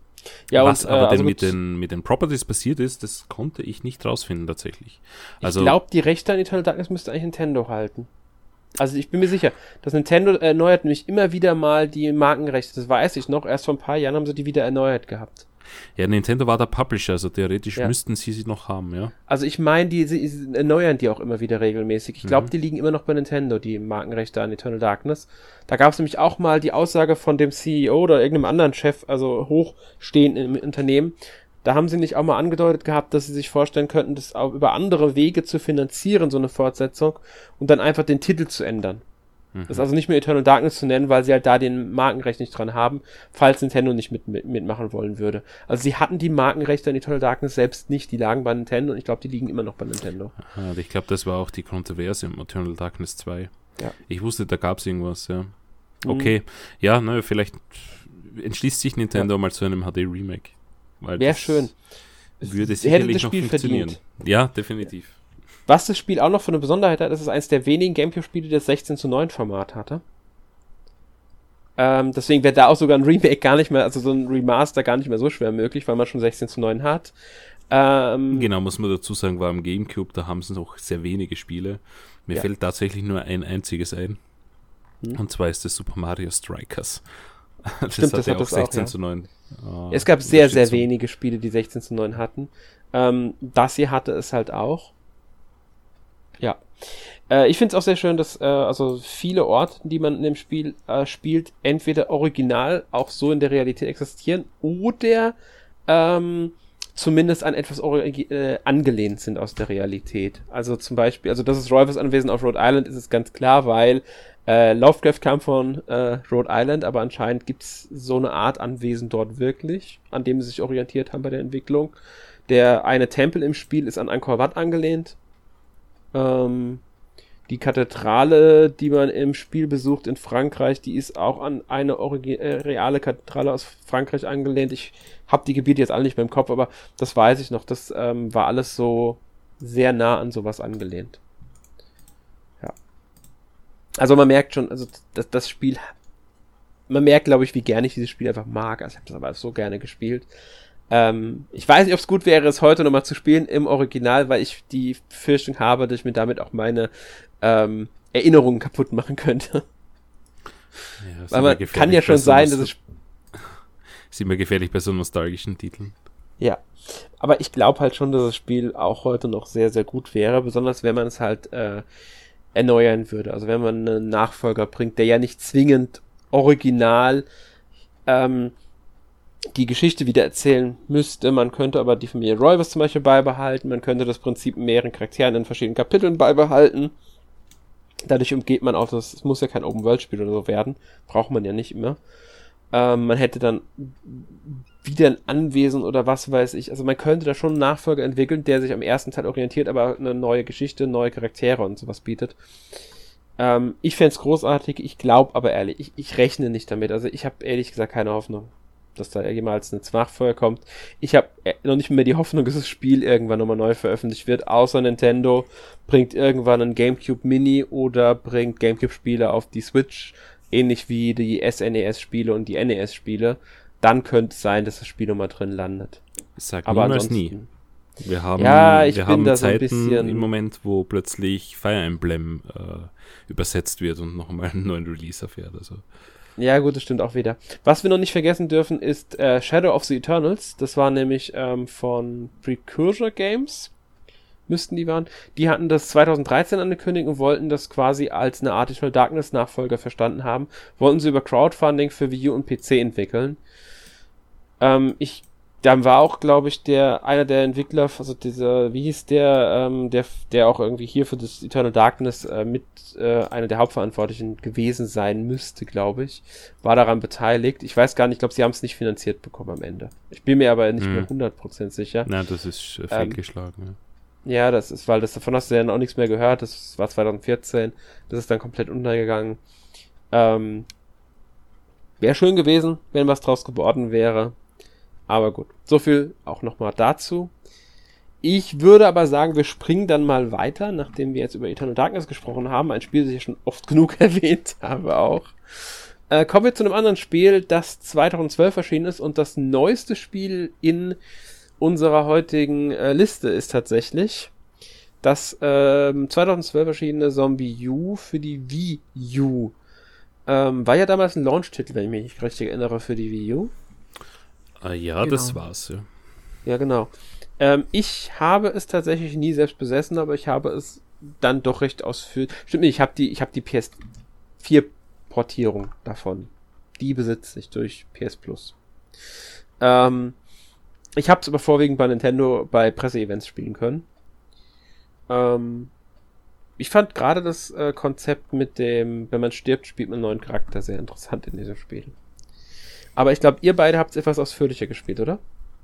Ja, Was und, aber äh, also denn mit, den, mit den Properties passiert ist, das konnte ich nicht rausfinden tatsächlich. Also, ich glaube, die Rechte an Eternal Darkness müsste eigentlich Nintendo halten. Also ich bin mir sicher, dass Nintendo erneuert nämlich immer wieder mal die Markenrechte. Das weiß ich noch. Erst vor ein paar Jahren haben sie die wieder erneuert gehabt. Ja, Nintendo war der Publisher, also theoretisch ja. müssten sie sie noch haben, ja. Also ich meine, die sie erneuern die auch immer wieder regelmäßig. Ich glaube, mhm. die liegen immer noch bei Nintendo, die Markenrechte an Eternal Darkness. Da gab es nämlich auch mal die Aussage von dem C E O oder irgendeinem anderen Chef, also hochstehend im Unternehmen. Da haben sie nicht auch mal angedeutet gehabt, dass sie sich vorstellen könnten, das auch über andere Wege zu finanzieren, so eine Fortsetzung, und dann einfach den Titel zu ändern. Mhm. Das ist also nicht mehr Eternal Darkness zu nennen, weil sie halt da den Markenrecht nicht dran haben, falls Nintendo nicht mit, mit, mitmachen wollen würde. Also sie hatten die Markenrechte an Eternal Darkness selbst nicht, die lagen bei Nintendo und ich glaube, die liegen immer noch bei Nintendo. Aha, ich glaube, das war auch die Kontroverse im Eternal Darkness zwei. Ja. Ich wusste, da gab es irgendwas, ja. Okay, mhm. ja, ne, vielleicht entschließt sich Nintendo ja. mal zu einem H D-Remake. Wäre schön. Würde sicherlich das noch Spiel funktionieren. Verdient. Ja, definitiv. Was das Spiel auch noch für eine Besonderheit hat, ist es eines der wenigen Gamecube-Spiele, die das sechzehn zu neun Format hatte. Ähm, deswegen wäre da auch sogar ein Remake gar nicht mehr, also so ein Remaster gar nicht mehr so schwer möglich, weil man schon sechzehn zu neun hat. Ähm, genau, muss man dazu sagen, war im Gamecube, da haben sie noch sehr wenige Spiele. Mir ja. fällt tatsächlich nur ein einziges ein. Hm. Und zwar ist das Super Mario Strikers. Das Stimmt, hat das ja hat auch das sechzehn auch, ja. zu neun. Oh, es gab sehr, sehr wenige Spiele, die sechzehn zu neun hatten. Ähm, das hier hatte es halt auch. Ja. Äh, ich finde es auch sehr schön, dass äh, also viele Orte, die man in dem Spiel äh, spielt, entweder original auch so in der Realität existieren oder ähm, zumindest an etwas äh, angelehnt sind aus der Realität. Also zum Beispiel, also das ist Rolfes Anwesen auf Rhode Island, ist es ganz klar, weil äh, Lovecraft kam von äh, Rhode Island, aber anscheinend gibt es so eine Art Anwesen dort wirklich, an dem sie sich orientiert haben bei der Entwicklung. Der eine Tempel im Spiel ist an Angkor Wat angelehnt. Ähm, die Kathedrale, die man im Spiel besucht in Frankreich, die ist auch an eine origi- äh, reale Kathedrale aus Frankreich angelehnt. Ich habe die Gebiete jetzt alle nicht mehr im Kopf, aber das weiß ich noch. Das ähm, war alles so sehr nah an sowas angelehnt. Ja. Also man merkt schon, also das, das Spiel man merkt, glaube ich, wie gerne ich dieses Spiel einfach mag. Also ich habe das aber so gerne gespielt. Ähm, ich weiß nicht, ob es gut wäre, es heute nochmal zu spielen im Original, weil ich die Befürchtung habe, dass ich mir damit auch meine ähm, Erinnerungen kaputt machen könnte. Ja, weil man kann ja schon so sein, dass es... Ist immer gefährlich bei so nostalgischen Titeln. Ja, aber ich glaube halt schon, dass das Spiel auch heute noch sehr, sehr gut wäre, besonders wenn man es halt äh, erneuern würde. Also wenn man einen Nachfolger bringt, der ja nicht zwingend original ähm, die Geschichte wieder erzählen müsste. Man könnte aber die Familie Roivas zum Beispiel beibehalten. Man könnte das Prinzip mit mehreren Charakteren in verschiedenen Kapiteln beibehalten. Dadurch umgeht man auch das, es muss ja kein Open-World-Spiel oder so werden. Braucht man ja nicht immer. Ähm, man hätte dann wieder ein Anwesen oder was weiß ich. Also man könnte da schon einen Nachfolger entwickeln, der sich am ersten Teil orientiert, aber eine neue Geschichte, neue Charaktere und sowas bietet. Ähm, ich fände es großartig. Ich glaube aber ehrlich, ich, ich rechne nicht damit. Also ich habe ehrlich gesagt keine Hoffnung, dass da jemals eine Nachfolger kommt. Ich habe noch nicht mehr die Hoffnung, dass das Spiel irgendwann nochmal neu veröffentlicht wird, außer Nintendo bringt irgendwann ein GameCube Mini oder bringt GameCube-Spiele auf die Switch, ähnlich wie die S N E S-Spiele und die N E S-Spiele. Dann könnte es sein, dass das Spiel nochmal drin landet. Sag aber niemals nie. Wir haben, ja, ich wir bin haben da Zeiten so ein bisschen im Moment, wo plötzlich Fire Emblem äh, übersetzt wird und nochmal einen neuen Release erfährt. Also. Ja gut, das stimmt auch wieder. Was wir noch nicht vergessen dürfen, ist äh, Shadow of the Eternals. Das war nämlich ähm, von Precursor Games. Müssten die waren. Die hatten das zwanzig dreizehn angekündigt und wollten das quasi als eine Art Eternal Darkness Nachfolger verstanden haben. Wollten sie über Crowdfunding für Wii U und P C entwickeln. Ähm, ich, dann war auch, glaube ich, der, einer der Entwickler, also dieser, wie hieß der, ähm, der, der auch irgendwie hier für das Eternal Darkness äh, mit äh, einer der Hauptverantwortlichen gewesen sein müsste, glaube ich, war daran beteiligt. Ich weiß gar nicht, ich glaube, sie haben es nicht finanziert bekommen am Ende. Ich bin mir aber nicht hm. mehr hundert Prozent sicher. Na, das ist äh, fehlgeschlagen, ähm, ja. Ja, das ist, weil das davon hast du ja auch nichts mehr gehört. Das war zwanzig vierzehn. Das ist dann komplett untergegangen. Ähm, wäre schön gewesen, wenn was draus geworden wäre. Aber gut. So viel auch nochmal dazu. Ich würde aber sagen, wir springen dann mal weiter, nachdem wir jetzt über Eternal Darkness gesprochen haben. Ein Spiel, das ich schon oft genug erwähnt habe auch. Äh, kommen wir zu einem anderen Spiel, das zwanzig zwölf erschienen ist und das neueste Spiel in unserer heutigen äh, Liste ist tatsächlich das ähm, zwanzig zwölf erschienene Zombie U für die Wii U. Ähm, war ja damals ein Launch-Titel, wenn ich mich nicht richtig erinnere, für die Wii U. Ah, ja, genau. Das war's, ja. Ja, genau. Ähm, ich habe es tatsächlich nie selbst besessen, aber ich habe es dann doch recht ausführlich. Stimmt nicht, ich habe die, ich habe die P S vier Portierung davon. Die besitze ich durch P S Plus. Ähm, Ich habe es aber vorwiegend bei Nintendo bei Presseevents spielen können. Ähm, ich fand gerade das äh, Konzept mit dem, wenn man stirbt, spielt man einen neuen Charakter, sehr interessant in diesem Spiel. Aber ich glaube, ihr beide habt es etwas ausführlicher gespielt, oder?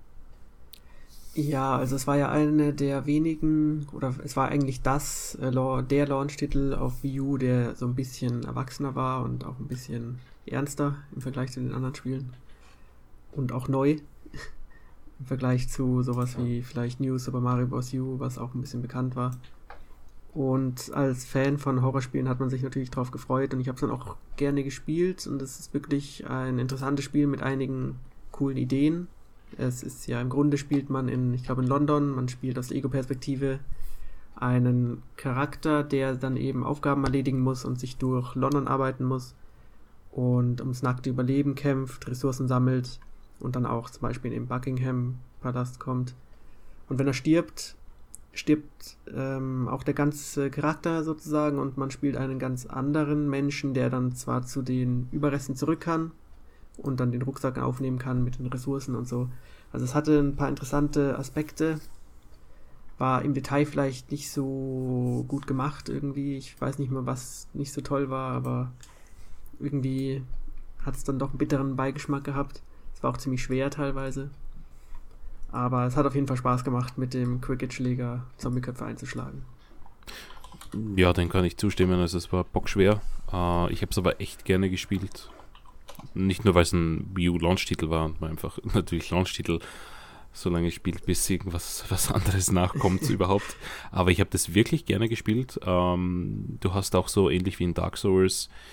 Ja, also es war ja eine der wenigen, oder es war eigentlich das, äh, der Launch-Titel auf Wii U, der so ein bisschen erwachsener war und auch ein bisschen ernster im Vergleich zu den anderen Spielen. Und auch neu. Im Vergleich zu sowas wie vielleicht New Super Mario Bros. U, was auch ein bisschen bekannt war. Und als Fan von Horrorspielen hat man sich natürlich drauf gefreut und ich habe es dann auch gerne gespielt und es ist wirklich ein interessantes Spiel mit einigen coolen Ideen. Es ist ja im Grunde spielt man in, ich glaube in London, man spielt aus der Ego-Perspektive einen Charakter, der dann eben Aufgaben erledigen muss und sich durch London arbeiten muss und ums nackte Überleben kämpft, Ressourcen sammelt und dann auch zum Beispiel in den Buckingham-Palast kommt. Und wenn er stirbt, stirbt ähm, auch der ganze Charakter sozusagen und man spielt einen ganz anderen Menschen, der dann zwar zu den Überresten zurück kann und dann den Rucksack aufnehmen kann mit den Ressourcen und so. Also es hatte ein paar interessante Aspekte, war im Detail vielleicht nicht so gut gemacht irgendwie. Ich weiß nicht mehr, was nicht so toll war, aber irgendwie hat es dann doch einen bitteren Beigeschmack gehabt. Es war auch ziemlich schwer teilweise. Aber es hat auf jeden Fall Spaß gemacht, mit dem Cricket-Schläger Zombieköpfe einzuschlagen. Ja, dem kann ich zustimmen. Also es war bockschwer. Äh, ich habe es aber echt gerne gespielt. Nicht nur, weil es ein Wii U-Launch-Titel war und man einfach natürlich Launch-Titel so lange spielt, bis irgendwas was anderes nachkommt überhaupt. Aber ich habe das wirklich gerne gespielt. Ähm, du hast auch so ähnlich wie in Dark Souls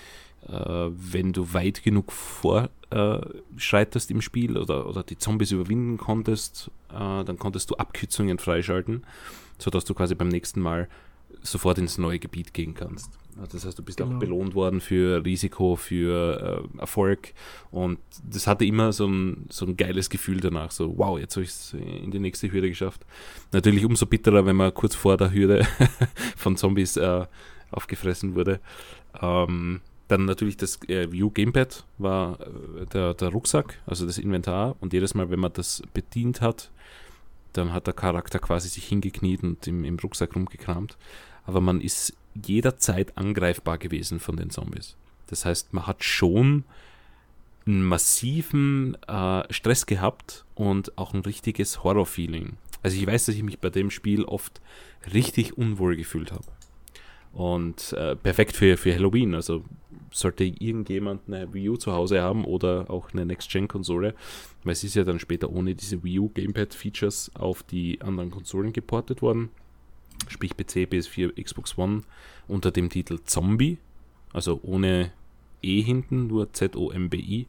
äh, wenn du weit genug vorschreitest äh, im Spiel oder, oder die Zombies überwinden konntest, äh, dann konntest du Abkürzungen freischalten, sodass du quasi beim nächsten Mal sofort ins neue Gebiet gehen kannst. Das heißt, du bist genau. auch belohnt worden für Risiko, für äh, Erfolg, und das hatte immer so ein, so ein geiles Gefühl danach, so wow, jetzt habe ich es in die nächste Hürde geschafft. Natürlich umso bitterer, wenn man kurz vor der Hürde von Zombies äh, aufgefressen wurde. Ähm, dann natürlich das äh, Wii U Gamepad war äh, der, der Rucksack, also das Inventar, und jedes Mal, wenn man das bedient hat, dann hat der Charakter quasi sich hingekniet und im, im Rucksack rumgekramt. Aber man ist jederzeit angreifbar gewesen von den Zombies. Das heißt, man hat schon einen massiven äh, Stress gehabt und auch ein richtiges Horror-Feeling. Also ich weiß, dass ich mich bei dem Spiel oft richtig unwohl gefühlt habe. Und äh, perfekt für, für Halloween. Also sollte irgendjemand eine Wii U zu Hause haben oder auch eine Next-Gen-Konsole, weil es ist ja dann später ohne diese Wii U Gamepad-Features auf die anderen Konsolen geportet worden. Sprich P C, P S vier, Xbox One unter dem Titel Zombie, also ohne E hinten, nur Z O M B I.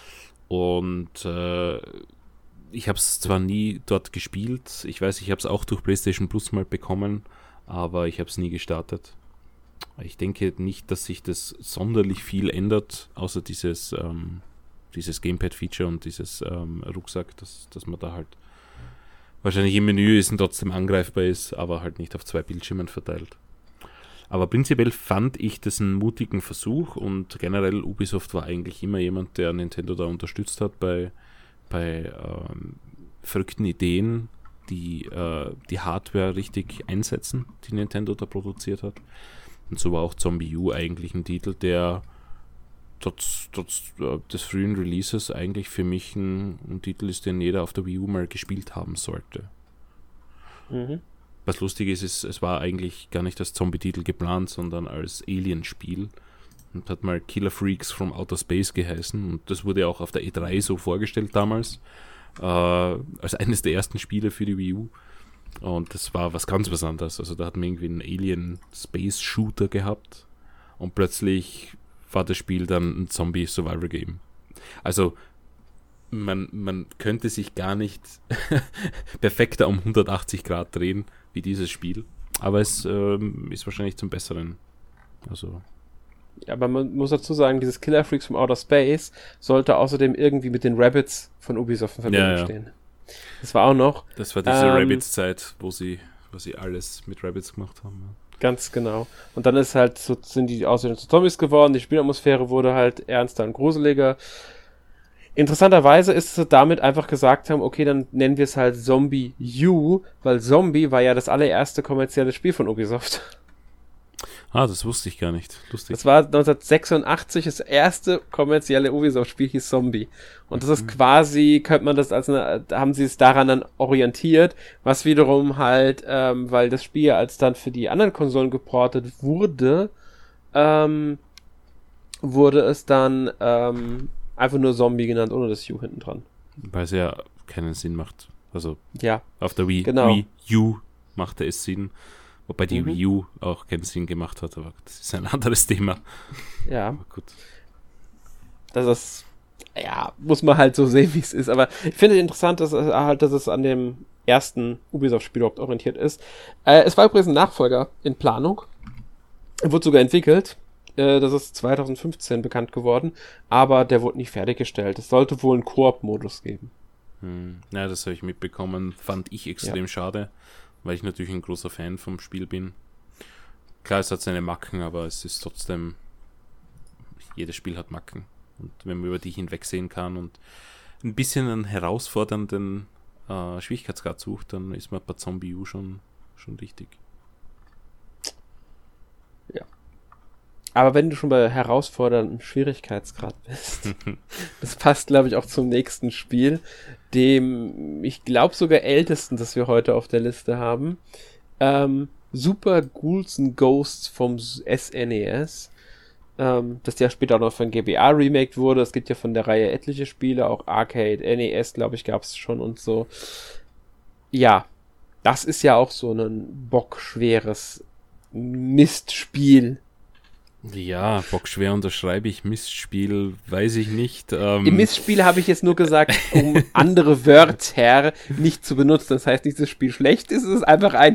Und äh, ich habe es zwar nie dort gespielt, ich weiß, ich habe es auch durch PlayStation Plus mal bekommen, aber ich habe es nie gestartet. Ich denke nicht, dass sich das sonderlich viel ändert, außer dieses, ähm, dieses Gamepad-Feature und dieses ähm, Rucksack, dass, dass man da halt wahrscheinlich im Menü ist und trotzdem angreifbar ist, aber halt nicht auf zwei Bildschirmen verteilt. Aber prinzipiell fand ich das einen mutigen Versuch, und generell Ubisoft war eigentlich immer jemand, der Nintendo da unterstützt hat bei, bei ähm, verrückten Ideen, die äh, die Hardware richtig einsetzen, die Nintendo da produziert hat. Und so war auch Zombie U eigentlich ein Titel, der trotz, trotz äh, des frühen Releases eigentlich für mich ein, ein Titel ist, den jeder auf der Wii U mal gespielt haben sollte. Mhm. Was lustig ist, ist, es war eigentlich gar nicht als Zombie-Titel geplant, sondern als Alien-Spiel, und hat mal Killer Freaks from Outer Space geheißen, und das wurde auch auf der E drei so vorgestellt damals, äh, als eines der ersten Spiele für die Wii U. Und das war was ganz was anderes. Also da hat man irgendwie einen Alien-Space-Shooter gehabt, und plötzlich war das Spiel dann ein Zombie-Survival-Game. Also man, man könnte sich gar nicht perfekter um hundertachtzig Grad drehen wie dieses Spiel. Aber es ähm, ist wahrscheinlich zum Besseren. Also Ja, aber man muss dazu sagen, dieses Killer Freaks from Outer Space sollte außerdem irgendwie mit den Rabbids von Ubisoft in Verbindung ja, ja. stehen. Das war auch noch. Das war diese ähm, Rabbids-Zeit, wo sie, wo sie alles mit Rabbids gemacht haben. Ja. Ganz genau. Und dann ist halt so, sind die Aussehen zu Zombies geworden, die Spielatmosphäre wurde halt ernster und gruseliger. Interessanterweise ist es damit einfach gesagt haben, okay, dann nennen wir es halt Zombie U, weil Zombie war ja das allererste kommerzielle Spiel von Ubisoft. Ah, das wusste ich gar nicht. Lustig. Das war neunzehnhundertsechsundachtzig, das erste kommerzielle Ubisoft-Spiel hieß Zombie. Und das ist quasi, könnte man das als eine, haben sie es daran dann orientiert, was wiederum halt, ähm, weil das Spiel als dann für die anderen Konsolen geportet wurde, ähm, wurde es dann ähm, einfach nur Zombie genannt, ohne das U hinten dran. Weil es ja keinen Sinn macht. Also ja, auf der Wii, genau. Wii U machte es Sinn. Wobei die Mhm. Wii U auch keinen Sinn gemacht hat, aber das ist ein anderes Thema. Ja. Aber gut. Das ist, ja, muss man halt so sehen, wie es ist. Aber ich finde es interessant, dass es halt, dass es an dem ersten Ubisoft-Spiel überhaupt orientiert ist. Äh, es war übrigens ein Nachfolger in Planung. Er wurde sogar entwickelt. Äh, das ist zwanzig fünfzehn bekannt geworden. Aber der wurde nicht fertiggestellt. Es sollte wohl einen Koop-Modus geben. Hm. Ja, das habe ich mitbekommen. Fand ich extrem Ja. schade, weil ich natürlich ein großer Fan vom Spiel bin. Klar, es hat seine Macken, aber es ist trotzdem, jedes Spiel hat Macken. Und wenn man über die hinwegsehen kann und ein bisschen einen herausfordernden äh, Schwierigkeitsgrad sucht, dann ist man bei Zombie U schon, schon richtig. Aber wenn du schon bei herausforderndem Schwierigkeitsgrad bist, das passt, glaube ich, auch zum nächsten Spiel, dem, ich glaube, sogar ältesten, das wir heute auf der Liste haben. Ähm, Super Ghouls and Ghosts vom S N E S. Ähm, das ja später auch noch von G B A remaked wurde. Es gibt ja von der Reihe etliche Spiele, auch Arcade, N E S, glaube ich, gab es schon und so. Ja, das ist ja auch so ein bockschweres Mistspiel. Ja, bockschwer unterschreibe ich, Mistspiel, weiß ich nicht. Ähm, Im Mistspiel habe ich jetzt nur gesagt, um andere Wörter nicht zu benutzen. Das heißt nicht, dass das Spiel schlecht ist, es ist einfach ein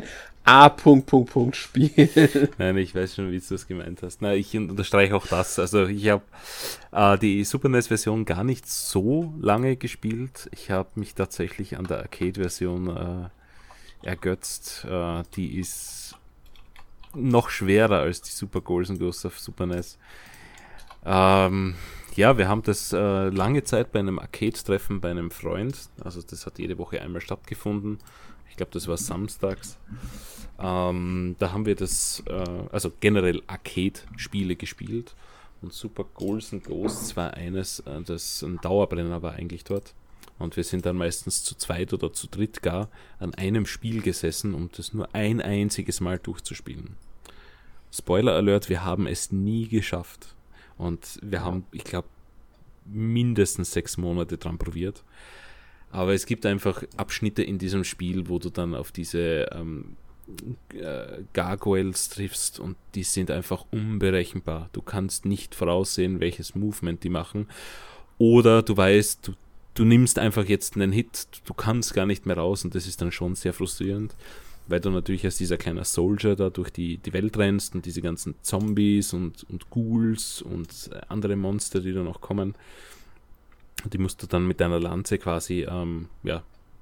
A-Punkt-Punkt-Punkt-Spiel. Nein, ich weiß schon, wie du das gemeint hast. Na, ich unterstreiche auch das. Also ich habe äh, die Super N E S-Version gar nicht so lange gespielt. Ich habe mich tatsächlich an der Arcade-Version äh, ergötzt. Äh, die ist noch schwerer als die Super Ghouls and Ghosts auf Super N E S. Ähm, ja, wir haben das äh, lange Zeit bei einem Arcade-Treffen bei einem Freund. Also das hat jede Woche einmal stattgefunden. Ich glaube, das war samstags. Ähm, da haben wir das, äh, also generell Arcade-Spiele gespielt. Und Super Ghouls and Ghosts war eines, äh, das ein Dauerbrenner war eigentlich dort. Und wir sind dann meistens zu zweit oder zu dritt gar an einem Spiel gesessen, um das nur ein einziges Mal durchzuspielen. Spoiler Alert, wir haben es nie geschafft. Und wir haben, ich glaube, mindestens sechs Monate dran probiert. Aber es gibt einfach Abschnitte in diesem Spiel, wo du dann auf diese ähm, äh, Gargoyles triffst und die sind einfach unberechenbar. Du kannst nicht voraussehen, welches Movement die machen. Oder du weißt, du, du nimmst einfach jetzt einen Hit, du kannst gar nicht mehr raus und das ist dann schon sehr frustrierend, weil du natürlich als dieser kleine Soldier da durch die, die Welt rennst und diese ganzen Zombies und, und Ghouls und andere Monster, die da noch kommen, die musst du dann mit deiner Lanze quasi ähm, ja,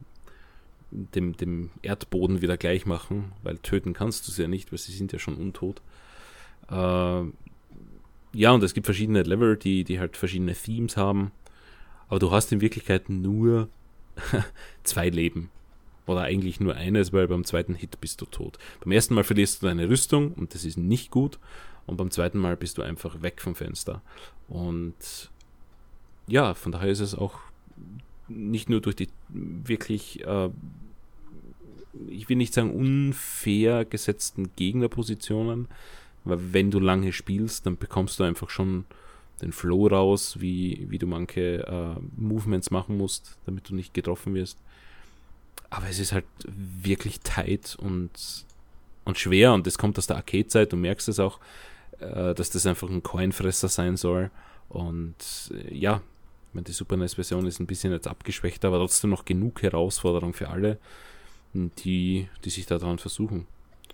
dem, dem Erdboden wieder gleich machen, weil töten kannst du sie ja nicht, weil sie sind ja schon untot. Äh, ja, und es gibt verschiedene Level, die, die halt verschiedene Themes haben, aber du hast in Wirklichkeit nur zwei Leben. Oder eigentlich nur eines, weil beim zweiten Hit bist du tot. Beim ersten Mal verlierst du deine Rüstung und das ist nicht gut. Und beim zweiten Mal bist du einfach weg vom Fenster. Und ja, von daher ist es auch nicht nur durch die wirklich, äh, ich will nicht sagen unfair gesetzten Gegnerpositionen, weil wenn du lange spielst, dann bekommst du einfach schon den Flow raus, wie, wie du manche äh, Movements machen musst, damit du nicht getroffen wirst. Aber es ist halt wirklich tight und, und schwer und das kommt aus der Arcade-Zeit, du merkst es auch, äh, dass das einfach ein Coinfresser sein soll und äh, ja, ich meine, die Super N E S-Version ist ein bisschen jetzt abgeschwächt, aber trotzdem noch genug Herausforderung für alle, die, die sich daran versuchen.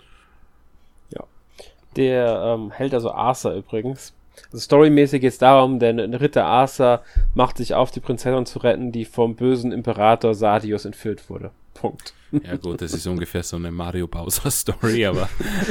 Ja, der ähm, hält also Arthur übrigens. Also storymäßig geht es darum, der Ritter Arthur macht sich auf, die Prinzessin zu retten, die vom bösen Imperator Sardius entführt wurde. Punkt. Ja gut, das ist ungefähr so eine Mario Bowser Story, aber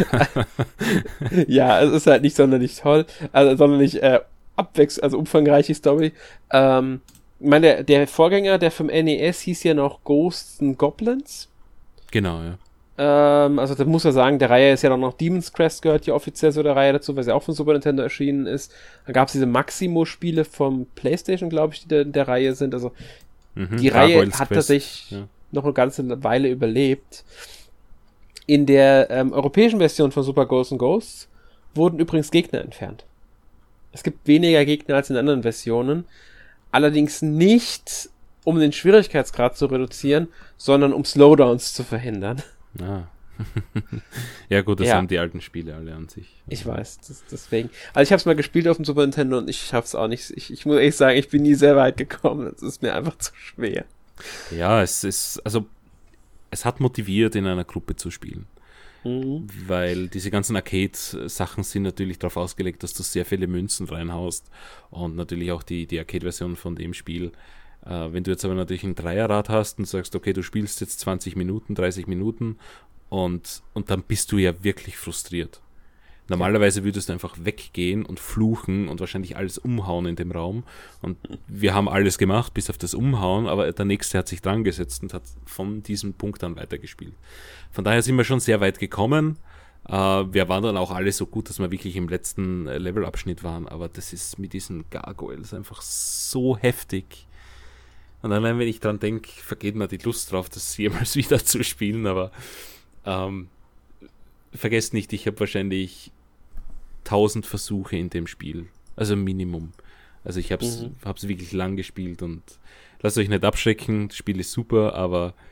ja, es ist halt nicht sonderlich toll, also sonderlich äh, abwechselnd, also umfangreiche Story. Ähm, ich meine, der, der Vorgänger, der vom N E S hieß ja noch Ghosts and Goblins. Genau, ja. Ähm, also da muss man sagen, der Reihe ist ja dann noch Demon's Crest gehört ja offiziell so der Reihe dazu, weil sie auch von Super Nintendo erschienen ist. Dann gab es diese Maximo-Spiele vom PlayStation, glaube ich, die da in der Reihe sind. Also Mhm, die Reihe Gargoyles hat Quest, tatsächlich ja. noch eine ganze Weile überlebt. In der ähm, europäischen Version von Super Ghosts and Ghosts wurden übrigens Gegner entfernt. Es gibt weniger Gegner als in anderen Versionen. Allerdings nicht, um den Schwierigkeitsgrad zu reduzieren, sondern um Slowdowns zu verhindern. Ah. Ja gut, das Ja. haben die alten Spiele alle an sich. Ich weiß, das, deswegen. Also ich habe es mal gespielt auf dem Super Nintendo und ich schaff's auch nicht. Ich, ich muss ehrlich sagen, ich bin nie sehr weit gekommen. Es ist mir einfach zu schwer. Ja, es ist, also es hat motiviert, in einer Gruppe zu spielen. Mhm. Weil diese ganzen Arcade-Sachen sind natürlich darauf ausgelegt, dass du sehr viele Münzen reinhaust und natürlich auch die, die Arcade-Version von dem Spiel. Äh, wenn du jetzt aber natürlich ein Dreierrad hast und sagst, okay, du spielst jetzt zwanzig Minuten, dreißig Minuten und, und dann bist du ja wirklich frustriert. Normalerweise würdest du einfach weggehen und fluchen und wahrscheinlich alles umhauen in dem Raum. Und wir haben alles gemacht, bis auf das Umhauen, aber der Nächste hat sich dran gesetzt und hat von diesem Punkt an weitergespielt. Von daher sind wir schon sehr weit gekommen. Äh, wir waren dann auch alle so gut, dass wir wirklich im letzten Levelabschnitt waren, aber das ist mit diesen Gargoyles einfach so heftig. Und allein wenn ich dran denke, vergeht mir die Lust drauf, das jemals wieder zu spielen, aber ähm, vergesst nicht, ich habe wahrscheinlich tausend Versuche in dem Spiel. Also Minimum. Also ich habe es Mhm. wirklich lang gespielt und lasst euch nicht abschrecken, das Spiel ist super, aber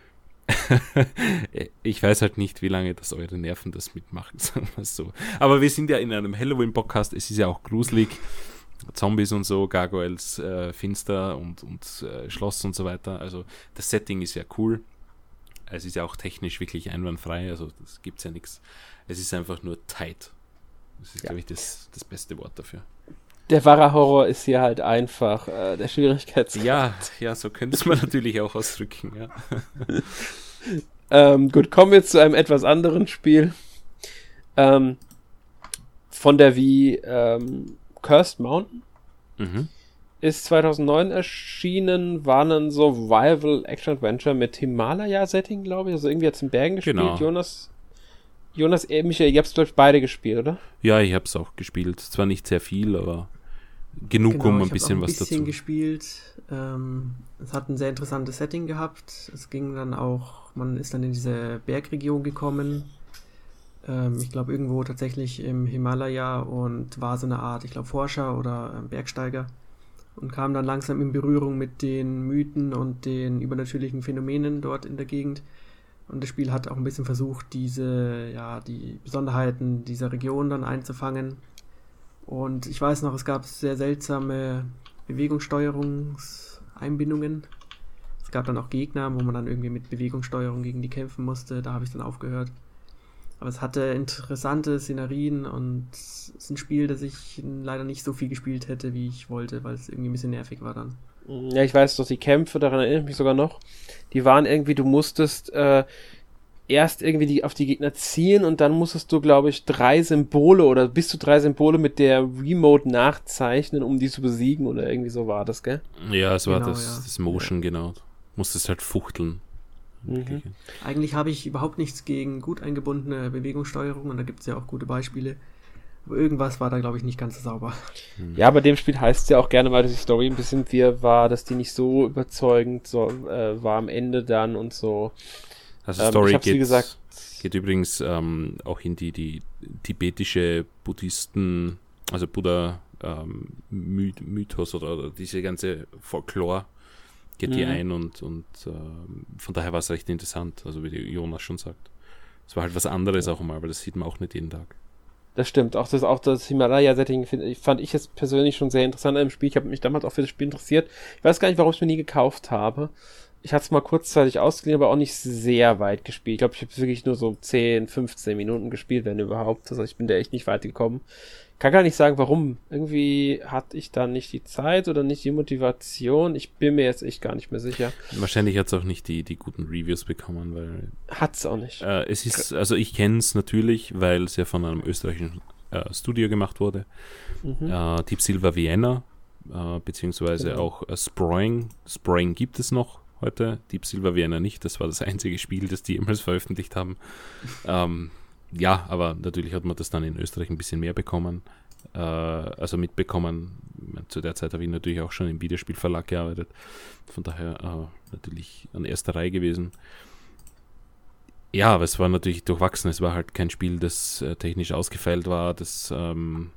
Ich weiß halt nicht, wie lange das eure Nerven das mitmachen, sagen wir so. Aber wir sind ja in einem Halloween-Podcast, es ist ja auch gruselig. Zombies und so, Gargoyles, äh, finster und, und äh, Schloss und so weiter. Also das Setting ist ja cool. Es ist ja auch technisch wirklich einwandfrei, also das gibt's ja nichts. Es ist einfach nur tight. Das ist, ja. glaube ich, das, das beste Wort dafür. Der wahre Horror ist hier halt einfach äh, der Schwierigkeitsgrad. Ja, ja, so könnte es man natürlich auch ausdrücken, ja. ähm, gut, kommen wir zu einem etwas anderen Spiel. Ähm, von der Wii ähm, Cursed Mountain. Mhm. Ist zweitausendneun erschienen, war ein Survival-Action-Adventure mit Himalaya-Setting, glaube ich. Also irgendwie hat es in Bergen gespielt. Genau. Jonas, Jonas, äh, Michael, ihr habt es, glaube ich, beide gespielt, oder? Ja, ich habe es auch gespielt. Zwar nicht sehr viel, aber genug, genau, um ein ich bisschen auch ein was bisschen dazu. gespielt. Ähm, es hat ein sehr interessantes Setting gehabt. Es ging dann auch, man ist dann in diese Bergregion gekommen. Ähm, ich glaube, irgendwo tatsächlich im Himalaya und war so eine Art, ich glaube, Forscher oder ähm, Bergsteiger. Und kam dann langsam in Berührung mit den Mythen und den übernatürlichen Phänomenen dort in der Gegend. Und das Spiel hat auch ein bisschen versucht, diese, ja, die Besonderheiten dieser Region dann einzufangen. Und ich weiß noch, es gab sehr seltsame Bewegungssteuerungseinbindungen. Es gab dann auch Gegner, wo man dann irgendwie mit Bewegungssteuerung gegen die kämpfen musste. Da habe ich dann aufgehört. Aber es hatte interessante Szenerien und es ist ein Spiel, das ich leider nicht so viel gespielt hätte, wie ich wollte, weil es irgendwie ein bisschen nervig war dann. Ja, ich weiß doch, die Kämpfe, daran erinnere ich mich sogar noch, die waren irgendwie, du musstest äh, erst irgendwie die, auf die Gegner zielen und dann musstest du, glaube ich, drei Symbole oder bis zu drei Symbole mit der Remote nachzeichnen, um die zu besiegen oder irgendwie so war das, gell? Ja, es war Genau, das, ja. das Motion, Ja. genau. Du musstest halt fuchteln. Mhm. Eigentlich habe ich überhaupt nichts gegen gut eingebundene Bewegungssteuerung und da gibt es ja auch gute Beispiele. Aber irgendwas war da, glaube ich, nicht ganz so sauber. Ja, bei dem Spiel heißt es ja auch gerne, weil die Story ein bisschen wirr war, dass die nicht so überzeugend so, äh, war am Ende dann und so. Also Ähm, Story ich hab's, wie geht, gesagt, geht übrigens ähm, auch in die, die tibetische Buddhisten, also Buddha ähm, My- Mythos oder, oder diese ganze Folklore geht die Mhm. ein und, und ähm, von daher war es recht interessant, also wie die Jonas schon sagt. Es war halt was anderes auch mal, weil das sieht man auch nicht jeden Tag. das stimmt. Auch das, auch das Himalaya-Setting find, fand ich jetzt persönlich schon sehr interessant im Spiel. Ich habe mich damals auch für das Spiel interessiert. Ich weiß gar nicht, warum ich es mir nie gekauft habe. Ich hatte es mal kurzzeitig ausgeliehen, aber auch nicht sehr weit gespielt. Ich glaube, ich habe wirklich nur so zehn, fünfzehn Minuten gespielt, wenn überhaupt. Also ich bin da echt nicht weit gekommen. Kann gar nicht sagen, warum. Irgendwie hatte ich da nicht die Zeit oder nicht die Motivation. Ich bin mir jetzt echt gar nicht mehr sicher. Wahrscheinlich hat es auch nicht die, die guten Reviews bekommen, weil Hat's auch nicht. äh, es ist, also ich kenne es natürlich, weil es ja von einem österreichischen äh, Studio gemacht wurde. Mhm. Äh, Deep Silver Vienna, äh, beziehungsweise Genau. auch äh, Sproing. Sproing gibt es noch heute, Deep Silver Vienna nicht. Das war das einzige Spiel, das die jemals veröffentlicht haben. ähm, ja, aber natürlich hat man das dann in Österreich ein bisschen mehr bekommen. Äh, also mitbekommen. Zu der Zeit habe ich natürlich auch schon im Videospielverlag gearbeitet. Von daher äh, natürlich an erster Reihe gewesen. Ja, aber es war natürlich durchwachsen. Es war halt kein Spiel, das äh, technisch ausgefeilt war, das ähm,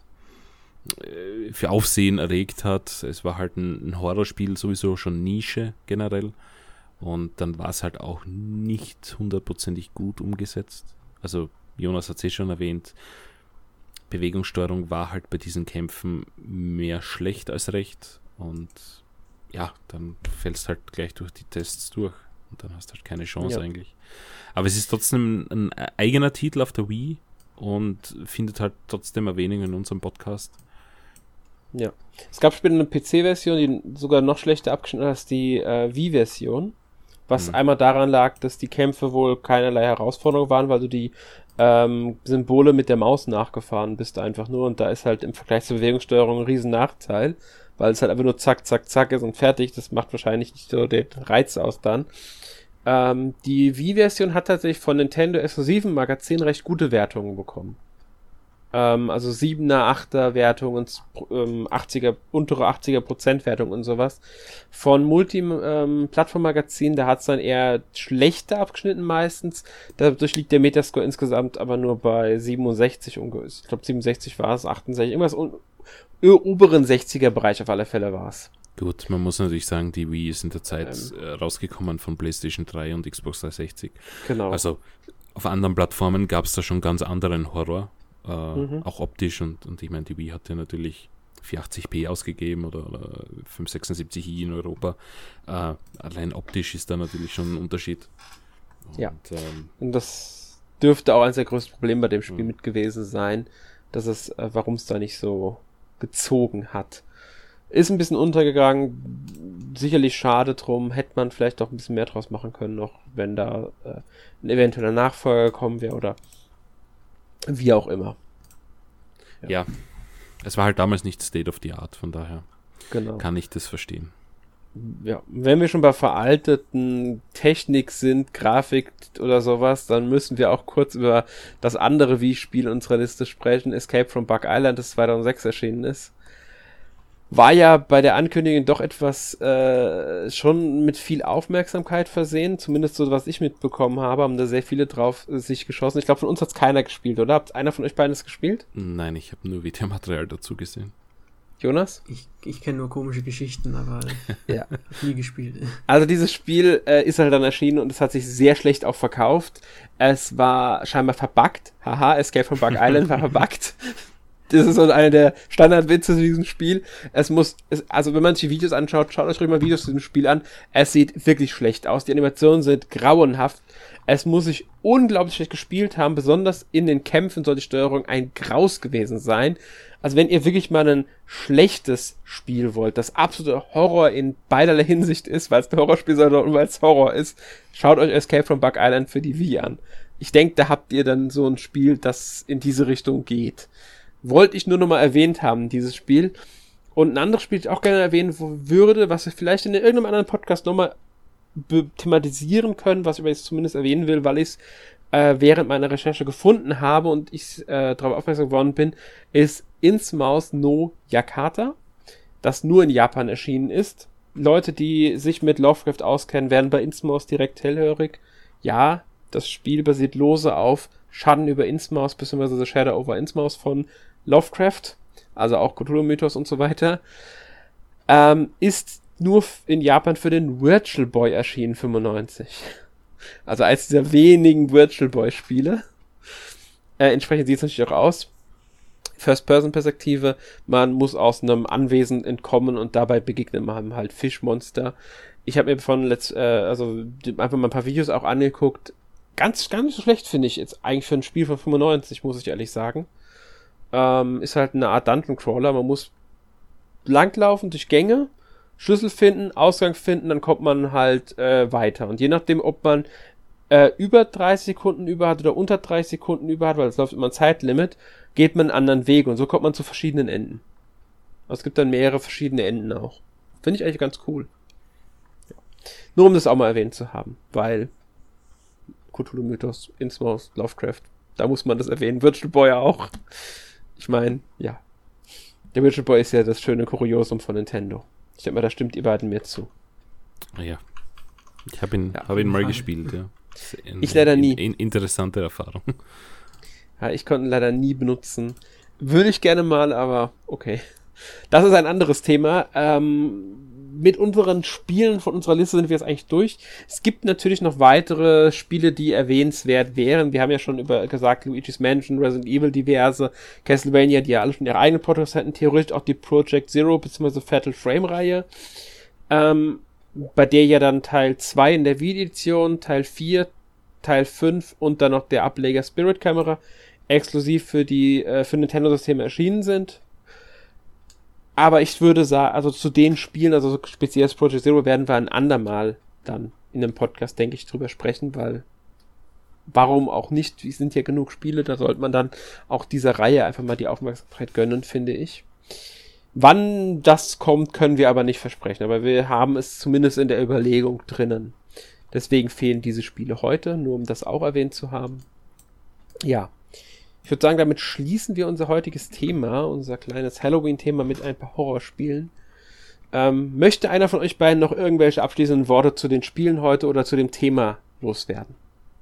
äh, für Aufsehen erregt hat. Es war halt ein, ein Horrorspiel, sowieso schon Nische generell. Und dann war es halt auch nicht hundertprozentig gut umgesetzt. Also Jonas hat es eh schon erwähnt, Bewegungssteuerung war halt bei diesen Kämpfen mehr schlecht als recht. Und ja, dann fällst halt gleich durch die Tests durch. Und dann hast du halt keine Chance Ja. eigentlich. Aber es ist trotzdem ein eigener Titel auf der Wii und findet halt trotzdem Erwähnung in unserem Podcast. Ja. Es gab später eine P C-Version, die sogar noch schlechter abgeschnitten hat als die äh, Wii-Version. Was Hm. einmal daran lag, dass die Kämpfe wohl keinerlei Herausforderung waren, weil du die ähm, Symbole mit der Maus nachgefahren bist einfach nur. Und da ist halt im Vergleich zur Bewegungssteuerung ein riesen Nachteil, weil es halt einfach nur zack, zack, zack ist und fertig. Das macht wahrscheinlich nicht so den Reiz aus dann. Ähm, die Wii-Version hat tatsächlich von Nintendo exklusiven Magazin recht gute Wertungen bekommen. Ähm, also siebener, achter Wertung und ähm, achtziger, untere achtziger Prozent Wertung und sowas. Von Multi-Plattform-Magazin, da hat es dann eher schlechter abgeschnitten meistens. Dadurch liegt der Metascore insgesamt aber nur bei siebenundsechzig ungefähr. Ich glaube siebenundsechzig war es, achtundsechzig, irgendwas un- oberen sechziger Bereich auf alle Fälle war es. Gut, man muss natürlich sagen, die Wii ist in der Zeit Ähm. äh, rausgekommen von PlayStation drei und Xbox dreihundertsechzig. Genau. Also auf anderen Plattformen gab es da schon ganz anderen Horror, äh, Mhm. auch optisch. Und, und ich meine, die Wii hat ja natürlich vierhundertachtzig p ausgegeben oder, oder fünfhundertsechsundsiebzig i in Europa. Äh, allein optisch ist da natürlich schon ein Unterschied. Und, Ja. ähm, Und das dürfte auch eines der größten Probleme bei dem Spiel Mhm. mit gewesen sein, dass es, äh, warum es da nicht so gezogen hat. Ist ein bisschen untergegangen, sicherlich schade drum, hätte man vielleicht auch ein bisschen mehr draus machen können, noch wenn da äh, ein eventueller Nachfolger gekommen wäre oder wie auch immer. ja, es war halt damals nicht State of the Art, von daher Genau. kann ich das verstehen. Ja, wenn wir schon bei veralteten Technik sind, Grafik oder sowas, dann müssen wir auch kurz über das andere Wii-Spiel unserer Liste sprechen, Escape from Bug Island, das zweitausendsechs erschienen ist. War ja bei der Ankündigung doch etwas äh, schon mit viel Aufmerksamkeit versehen, zumindest so, was ich mitbekommen habe, haben da sehr viele drauf äh, sich geschossen. Ich glaube, von uns hat's keiner gespielt, oder? Habt einer von euch beiden das gespielt? Nein, ich habe nur Videomaterial dazu gesehen. Jonas? Ich, ich kenne nur komische Geschichten, aber Ja. hab nie gespielt. Also dieses Spiel äh, ist halt dann erschienen und es hat sich sehr schlecht auch verkauft. Es war scheinbar verbuggt. Haha, Escape from Bug Island war verbuggt. Das ist so einer der Standardwitze zu diesem Spiel. Es muss, es, also wenn man sich die Videos anschaut, schaut euch ruhig mal Videos zu diesem Spiel an. Es sieht wirklich schlecht aus. Die Animationen sind grauenhaft. Es muss sich unglaublich schlecht gespielt haben. Besonders in den Kämpfen soll die Steuerung ein Graus gewesen sein. Also wenn ihr wirklich mal ein schlechtes Spiel wollt, das absolute Horror in beiderlei Hinsicht ist, weil es ein Horrorspiel soll und weil es Horror ist, schaut euch Escape from Bug Island für die Wii an. Ich denke, da habt ihr dann so ein Spiel, das in diese Richtung geht. Wollte ich nur noch mal erwähnt haben, dieses Spiel. Und ein anderes Spiel, das ich auch gerne erwähnen würde, was wir vielleicht in irgendeinem anderen Podcast noch mal thematisieren können, was ich aber jetzt zumindest erwähnen will, weil ich es äh, während meiner Recherche gefunden habe und ich äh, darauf aufmerksam geworden bin, ist Innsmouth no Yakata, das nur in Japan erschienen ist. Leute, die sich mit Lovecraft auskennen, werden bei Innsmouth direkt hellhörig. Ja, das Spiel basiert lose auf Schatten über Innsmouth, beziehungsweise Shadow over Innsmouth von Lovecraft, also auch Cthulhu-Mythos und so weiter, ähm, ist nur in Japan für den Virtual Boy erschienen, fünfundneunzig. Also als dieser wenigen Virtual Boy-Spiele. Äh, entsprechend sieht es natürlich auch aus. First-Person-Perspektive, man muss aus einem Anwesen entkommen und dabei begegnet man halt Fischmonster. Ich habe mir von letzt, äh, also einfach mal ein paar Videos auch angeguckt. Ganz, gar nicht so schlecht, finde ich jetzt eigentlich für ein Spiel von fünfundneunzig, muss ich ehrlich sagen. Ähm, ist halt eine Art Dungeon Crawler. Man muss langlaufen durch Gänge, Schlüssel finden, Ausgang finden, dann kommt man halt äh, weiter. Und je nachdem, ob man äh, über dreißig Sekunden über hat oder unter dreißig Sekunden über hat, weil es läuft immer ein Zeitlimit, geht man einen anderen Weg und so kommt man zu verschiedenen Enden. Also es gibt dann mehrere verschiedene Enden auch. Finde ich eigentlich ganz cool. Ja. Nur um das auch mal erwähnt zu haben, weil Cthulhu-Mythos, Innsmouth, Lovecraft, da muss man das erwähnen. Virtual Boy auch. Ich meine, ja. Der Virtual Boy ist ja das schöne Kuriosum von Nintendo. Ich denke mal, da stimmt ihr beiden mir zu. Ja. Ich habe ihn, Ja, hab ihn mal Fall. gespielt, ja. Das ist eine Ich leider nie. In, in, interessante Erfahrung. Ja, ich konnte ihn leider nie benutzen. Würde ich gerne mal, aber okay. Das ist ein anderes Thema. Ähm, mit unseren Spielen von unserer Liste sind wir jetzt eigentlich durch. Es gibt natürlich noch weitere Spiele, die erwähnenswert wären. Wir haben ja schon über gesagt, Luigi's Mansion, Resident Evil diverse, Castlevania, die ja alle schon ihre eigenen Podcasts hatten, theoretisch auch die Project Zero bzw. Fatal Frame Reihe. Ähm, bei der ja dann Teil zwei in der Wii-Edition, Teil vier, Teil fünf und dann noch der Ableger Spirit Camera exklusiv für die äh, für Nintendo-Systeme erschienen sind. Aber ich würde sagen, also zu den Spielen, also so speziell das Project Zero, werden wir ein andermal dann in einem Podcast, denke ich, drüber sprechen, weil warum auch nicht? Es sind ja genug Spiele, da sollte man dann auch dieser Reihe einfach mal die Aufmerksamkeit gönnen, finde ich. Wann das kommt, können wir aber nicht versprechen, aber wir haben es zumindest in der Überlegung drinnen. Deswegen fehlen diese Spiele heute, nur um das auch erwähnt zu haben. Ja. Ich würde sagen, damit schließen wir unser heutiges Thema, unser kleines Halloween-Thema mit ein paar Horrorspielen. Ähm, möchte einer von euch beiden noch irgendwelche abschließenden Worte zu den Spielen heute oder zu dem Thema loswerden?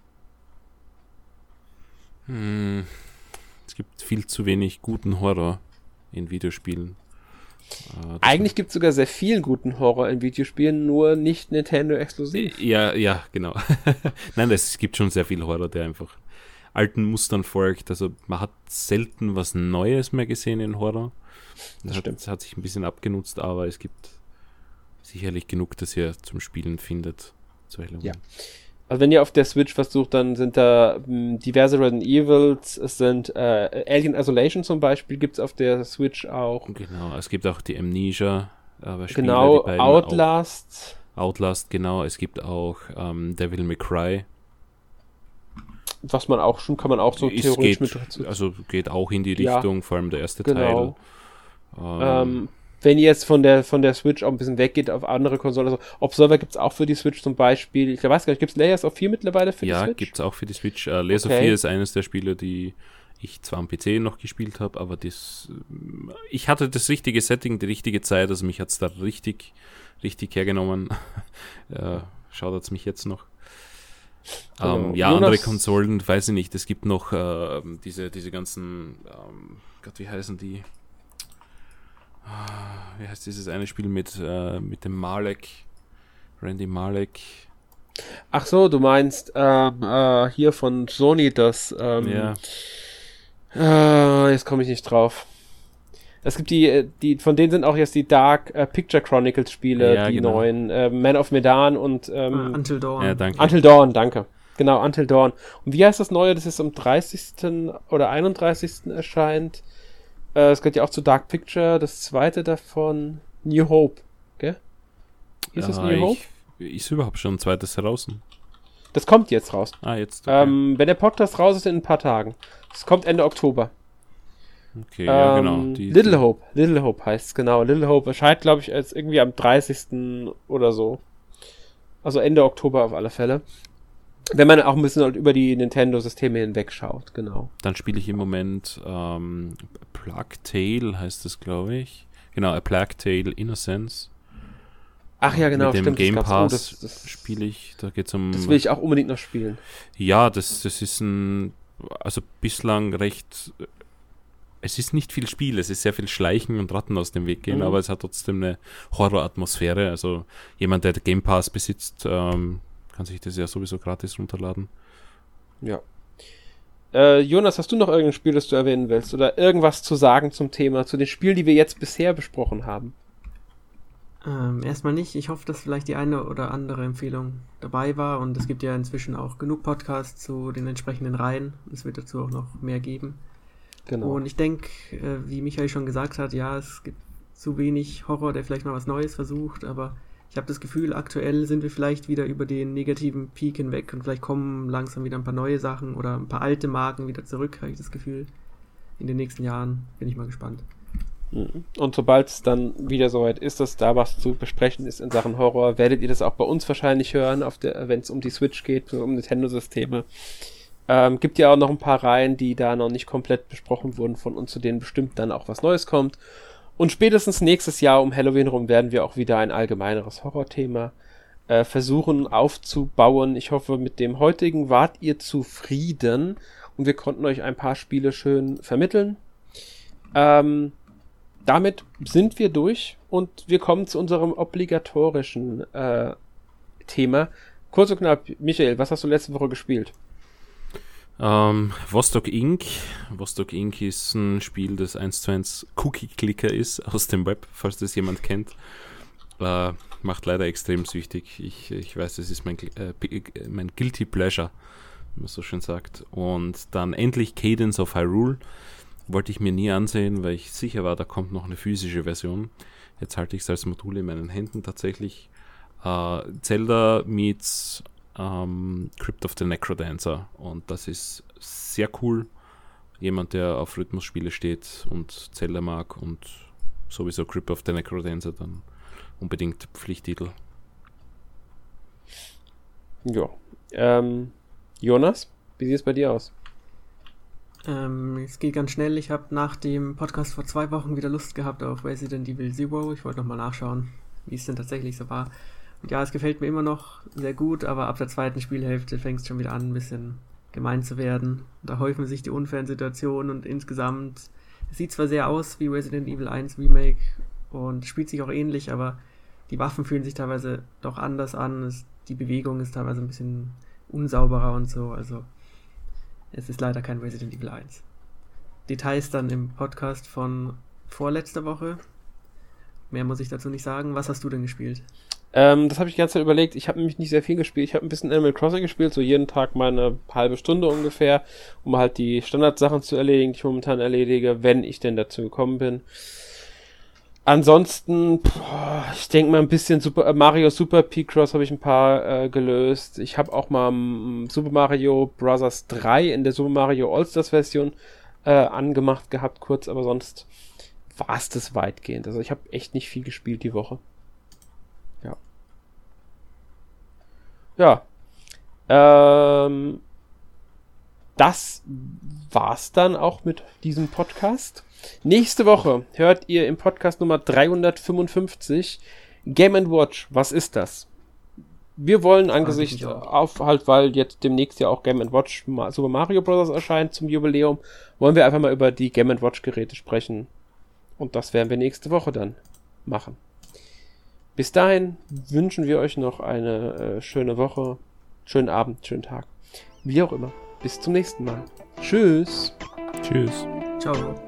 Hm, es gibt viel zu wenig guten Horror in Videospielen. Eigentlich gibt es sogar sehr viel guten Horror in Videospielen, nur nicht Nintendo-exklusiv. Ja, ja, genau. Nein, es gibt schon sehr viel Horror, der einfach alten Mustern folgt. Also man hat selten was Neues mehr gesehen in Horror. Das, das hat, stimmt. hat sich ein bisschen abgenutzt, aber es gibt sicherlich genug, das ihr zum Spielen findet. Ja. Also wenn ihr auf der Switch was sucht, dann sind da m, diverse Resident Evils, es sind äh, Alien Isolation zum Beispiel, gibt es auf der Switch auch. Genau, es gibt auch die Amnesia. Aber genau, Spieler, Outlast. Auch, Outlast, genau. Es gibt auch ähm, Devil May Cry. Was man auch schon, kann man auch so es theoretisch geht, mit... Also geht auch in die ja, Richtung, vor allem der erste genau. Teil. Ähm, ähm, wenn ihr jetzt von der von der Switch auch ein bisschen weggeht auf andere Konsolen, also Observer gibt es auch für die Switch zum Beispiel. Ich weiß gar nicht, gibt es Layers of vier mittlerweile für ja, die Switch? Ja, gibt es auch für die Switch. Uh, Layers okay. of vier ist eines der Spiele, die ich zwar am P C noch gespielt habe, aber das, ich hatte das richtige Setting, die richtige Zeit, also mich hat es da richtig, richtig hergenommen. uh, schaut es mich jetzt noch. Genau. Um, ja, Jonas, andere Konsolen, weiß ich nicht. Es gibt noch uh, diese, diese ganzen, um, Gott, wie heißen die? Wie heißt dieses eine Spiel mit, äh, mit dem Malek, Randy Malek? Ach so, du meinst ähm, äh, hier von Sony das, ähm, ja. äh, jetzt komme ich nicht drauf. Es gibt die, die, von denen sind auch jetzt die Dark äh, Picture Chronicles Spiele, ja, die genau. neuen, äh, Man of Medan und ähm, Until Dawn. Ja, danke. Until Dawn, danke. Genau, Until Dawn. Und wie heißt das neue, das ist am dreißigsten oder einunddreißigsten erscheint? Es gehört ja auch zu Dark Picture, das zweite davon, New Hope, gell? Ist ja, das New Hope? Ich, ist überhaupt schon ein zweites draußen? Das kommt jetzt raus. Ah, jetzt. Okay. Ähm, wenn der Podcast raus ist, in ein paar Tagen. Das kommt Ende Oktober. Okay, ja, ähm, genau. Die, Little die. Hope, Little Hope heißt es, genau. Little Hope erscheint, glaube ich, als irgendwie am dreißigsten oder so. Also Ende Oktober auf alle Fälle. Wenn man auch ein bisschen halt über die Nintendo-Systeme hinweg schaut, genau. Dann spiele ich im Moment ähm, Plague Tale, heißt das, glaube ich. Genau, A Plague Tale Innocence. Ach ja, genau, Mit dem stimmt. Game das Pass oh, das, das spiele ich. Da geht's um. Das will ich auch unbedingt noch spielen. Ja, das, das ist ein, also bislang recht. Es ist nicht viel Spiel, es ist sehr viel Schleichen und Ratten aus dem Weg gehen, mhm. aber es hat trotzdem eine Horroratmosphäre. Also jemand, der den Game Pass besitzt, ähm, kann sich das ja sowieso gratis runterladen. Ja. Äh, Jonas, hast du noch irgendein Spiel, das du erwähnen willst? Oder irgendwas zu sagen zum Thema, zu den Spielen, die wir jetzt bisher besprochen haben? Ähm, erstmal nicht. Ich hoffe, dass vielleicht die eine oder andere Empfehlung dabei war. Und es gibt ja inzwischen auch genug Podcasts zu den entsprechenden Reihen. Es wird dazu auch noch mehr geben. Genau. Und ich denke, äh, wie Michael schon gesagt hat, ja, es gibt zu wenig Horror, der vielleicht mal was Neues versucht, aber ich habe das Gefühl, aktuell sind wir vielleicht wieder über den negativen Peak hinweg und vielleicht kommen langsam wieder ein paar neue Sachen oder ein paar alte Marken wieder zurück, habe ich das Gefühl. In den nächsten Jahren bin ich mal gespannt. Und sobald es dann wieder soweit ist, dass da was zu besprechen ist in Sachen Horror, werdet ihr das auch bei uns wahrscheinlich hören, wenn es um die Switch geht, um Nintendo-Systeme. Ähm, gibt ja auch noch ein paar Reihen, die da noch nicht komplett besprochen wurden von uns, zu denen bestimmt dann auch was Neues kommt. Und spätestens nächstes Jahr um Halloween rum werden wir auch wieder ein allgemeineres Horrorthema äh, versuchen aufzubauen. Ich hoffe, mit dem heutigen wart ihr zufrieden und wir konnten euch ein paar Spiele schön vermitteln. Ähm, damit sind wir durch und wir kommen zu unserem obligatorischen äh, Thema. Kurz und knapp, Michael, was hast du letzte Woche gespielt? Ähm, Vostok Incorporated. Vostok Incorporated ist ein Spiel, das eins zu eins Cookie-Clicker ist aus dem Web, falls das jemand kennt. Äh, macht leider extrem süchtig. Ich, ich weiß, das ist mein, äh, mein Guilty Pleasure, wie man so schön sagt. Und dann endlich Cadence of Hyrule. Wollte ich mir nie ansehen, weil ich sicher war, da kommt noch eine physische Version. Jetzt halte ich es als Modul in meinen Händen tatsächlich. Äh, Zelda meets ähm, Crypt of the Necrodancer und das ist sehr cool. Jemand, der auf Rhythmusspiele steht und Zelda mag und sowieso Crypt of the Necrodancer, dann unbedingt Pflichttitel. Ja. Ähm, Jonas, wie sieht es bei dir aus? Ähm, es geht ganz schnell. Ich habe nach dem Podcast vor zwei Wochen wieder Lust gehabt auf Resident Evil Zero. Ich wollte nochmal nachschauen, wie es denn tatsächlich so war. Und ja, es gefällt mir immer noch sehr gut, aber ab der zweiten Spielhälfte fängt es schon wieder an, ein bisschen gemein zu werden. Da häufen sich die unfairen Situationen und insgesamt, es sieht zwar sehr aus wie Resident Evil eins Remake, und spielt sich auch ähnlich, aber die Waffen fühlen sich teilweise doch anders an. Es, die Bewegung ist teilweise ein bisschen unsauberer und so. Also es ist leider kein Resident Evil eins. Details dann im Podcast von vorletzter Woche. Mehr muss ich dazu nicht sagen. Was hast du denn gespielt? Ähm, das habe ich die ganze Zeit überlegt. Ich habe nämlich nicht sehr viel gespielt. Ich habe ein bisschen Animal Crossing gespielt, so jeden Tag mal eine halbe Stunde ungefähr, um halt die Standardsachen zu erledigen, die ich momentan erledige, wenn ich denn dazu gekommen bin. Ansonsten, boah, ich denke mal ein bisschen Super, äh, Mario Super Picross habe ich ein paar äh, gelöst. Ich habe auch mal um, Super Mario Bros. drei in der Super Mario All-Stars Version äh, angemacht gehabt, kurz, aber sonst war es das weitgehend. Also ich habe echt nicht viel gespielt die Woche. Ja. Ja. Ähm, das war's dann auch mit diesem Podcast. Nächste Woche hört ihr im Podcast Nummer dreihundertfünfundfünfzig Game and Watch. Was ist das? Wir wollen angesichts auf, halt, weil jetzt demnächst ja auch Game and Watch Super Mario Bros. Erscheint zum Jubiläum, wollen wir einfach mal über die Game and Watch Geräte sprechen. Und das werden wir nächste Woche dann machen. Bis dahin wünschen wir euch noch eine äh, schöne Woche, schönen Abend, schönen Tag. Wie auch immer. Bis zum nächsten Mal. Tschüss. Tschüss. Ciao.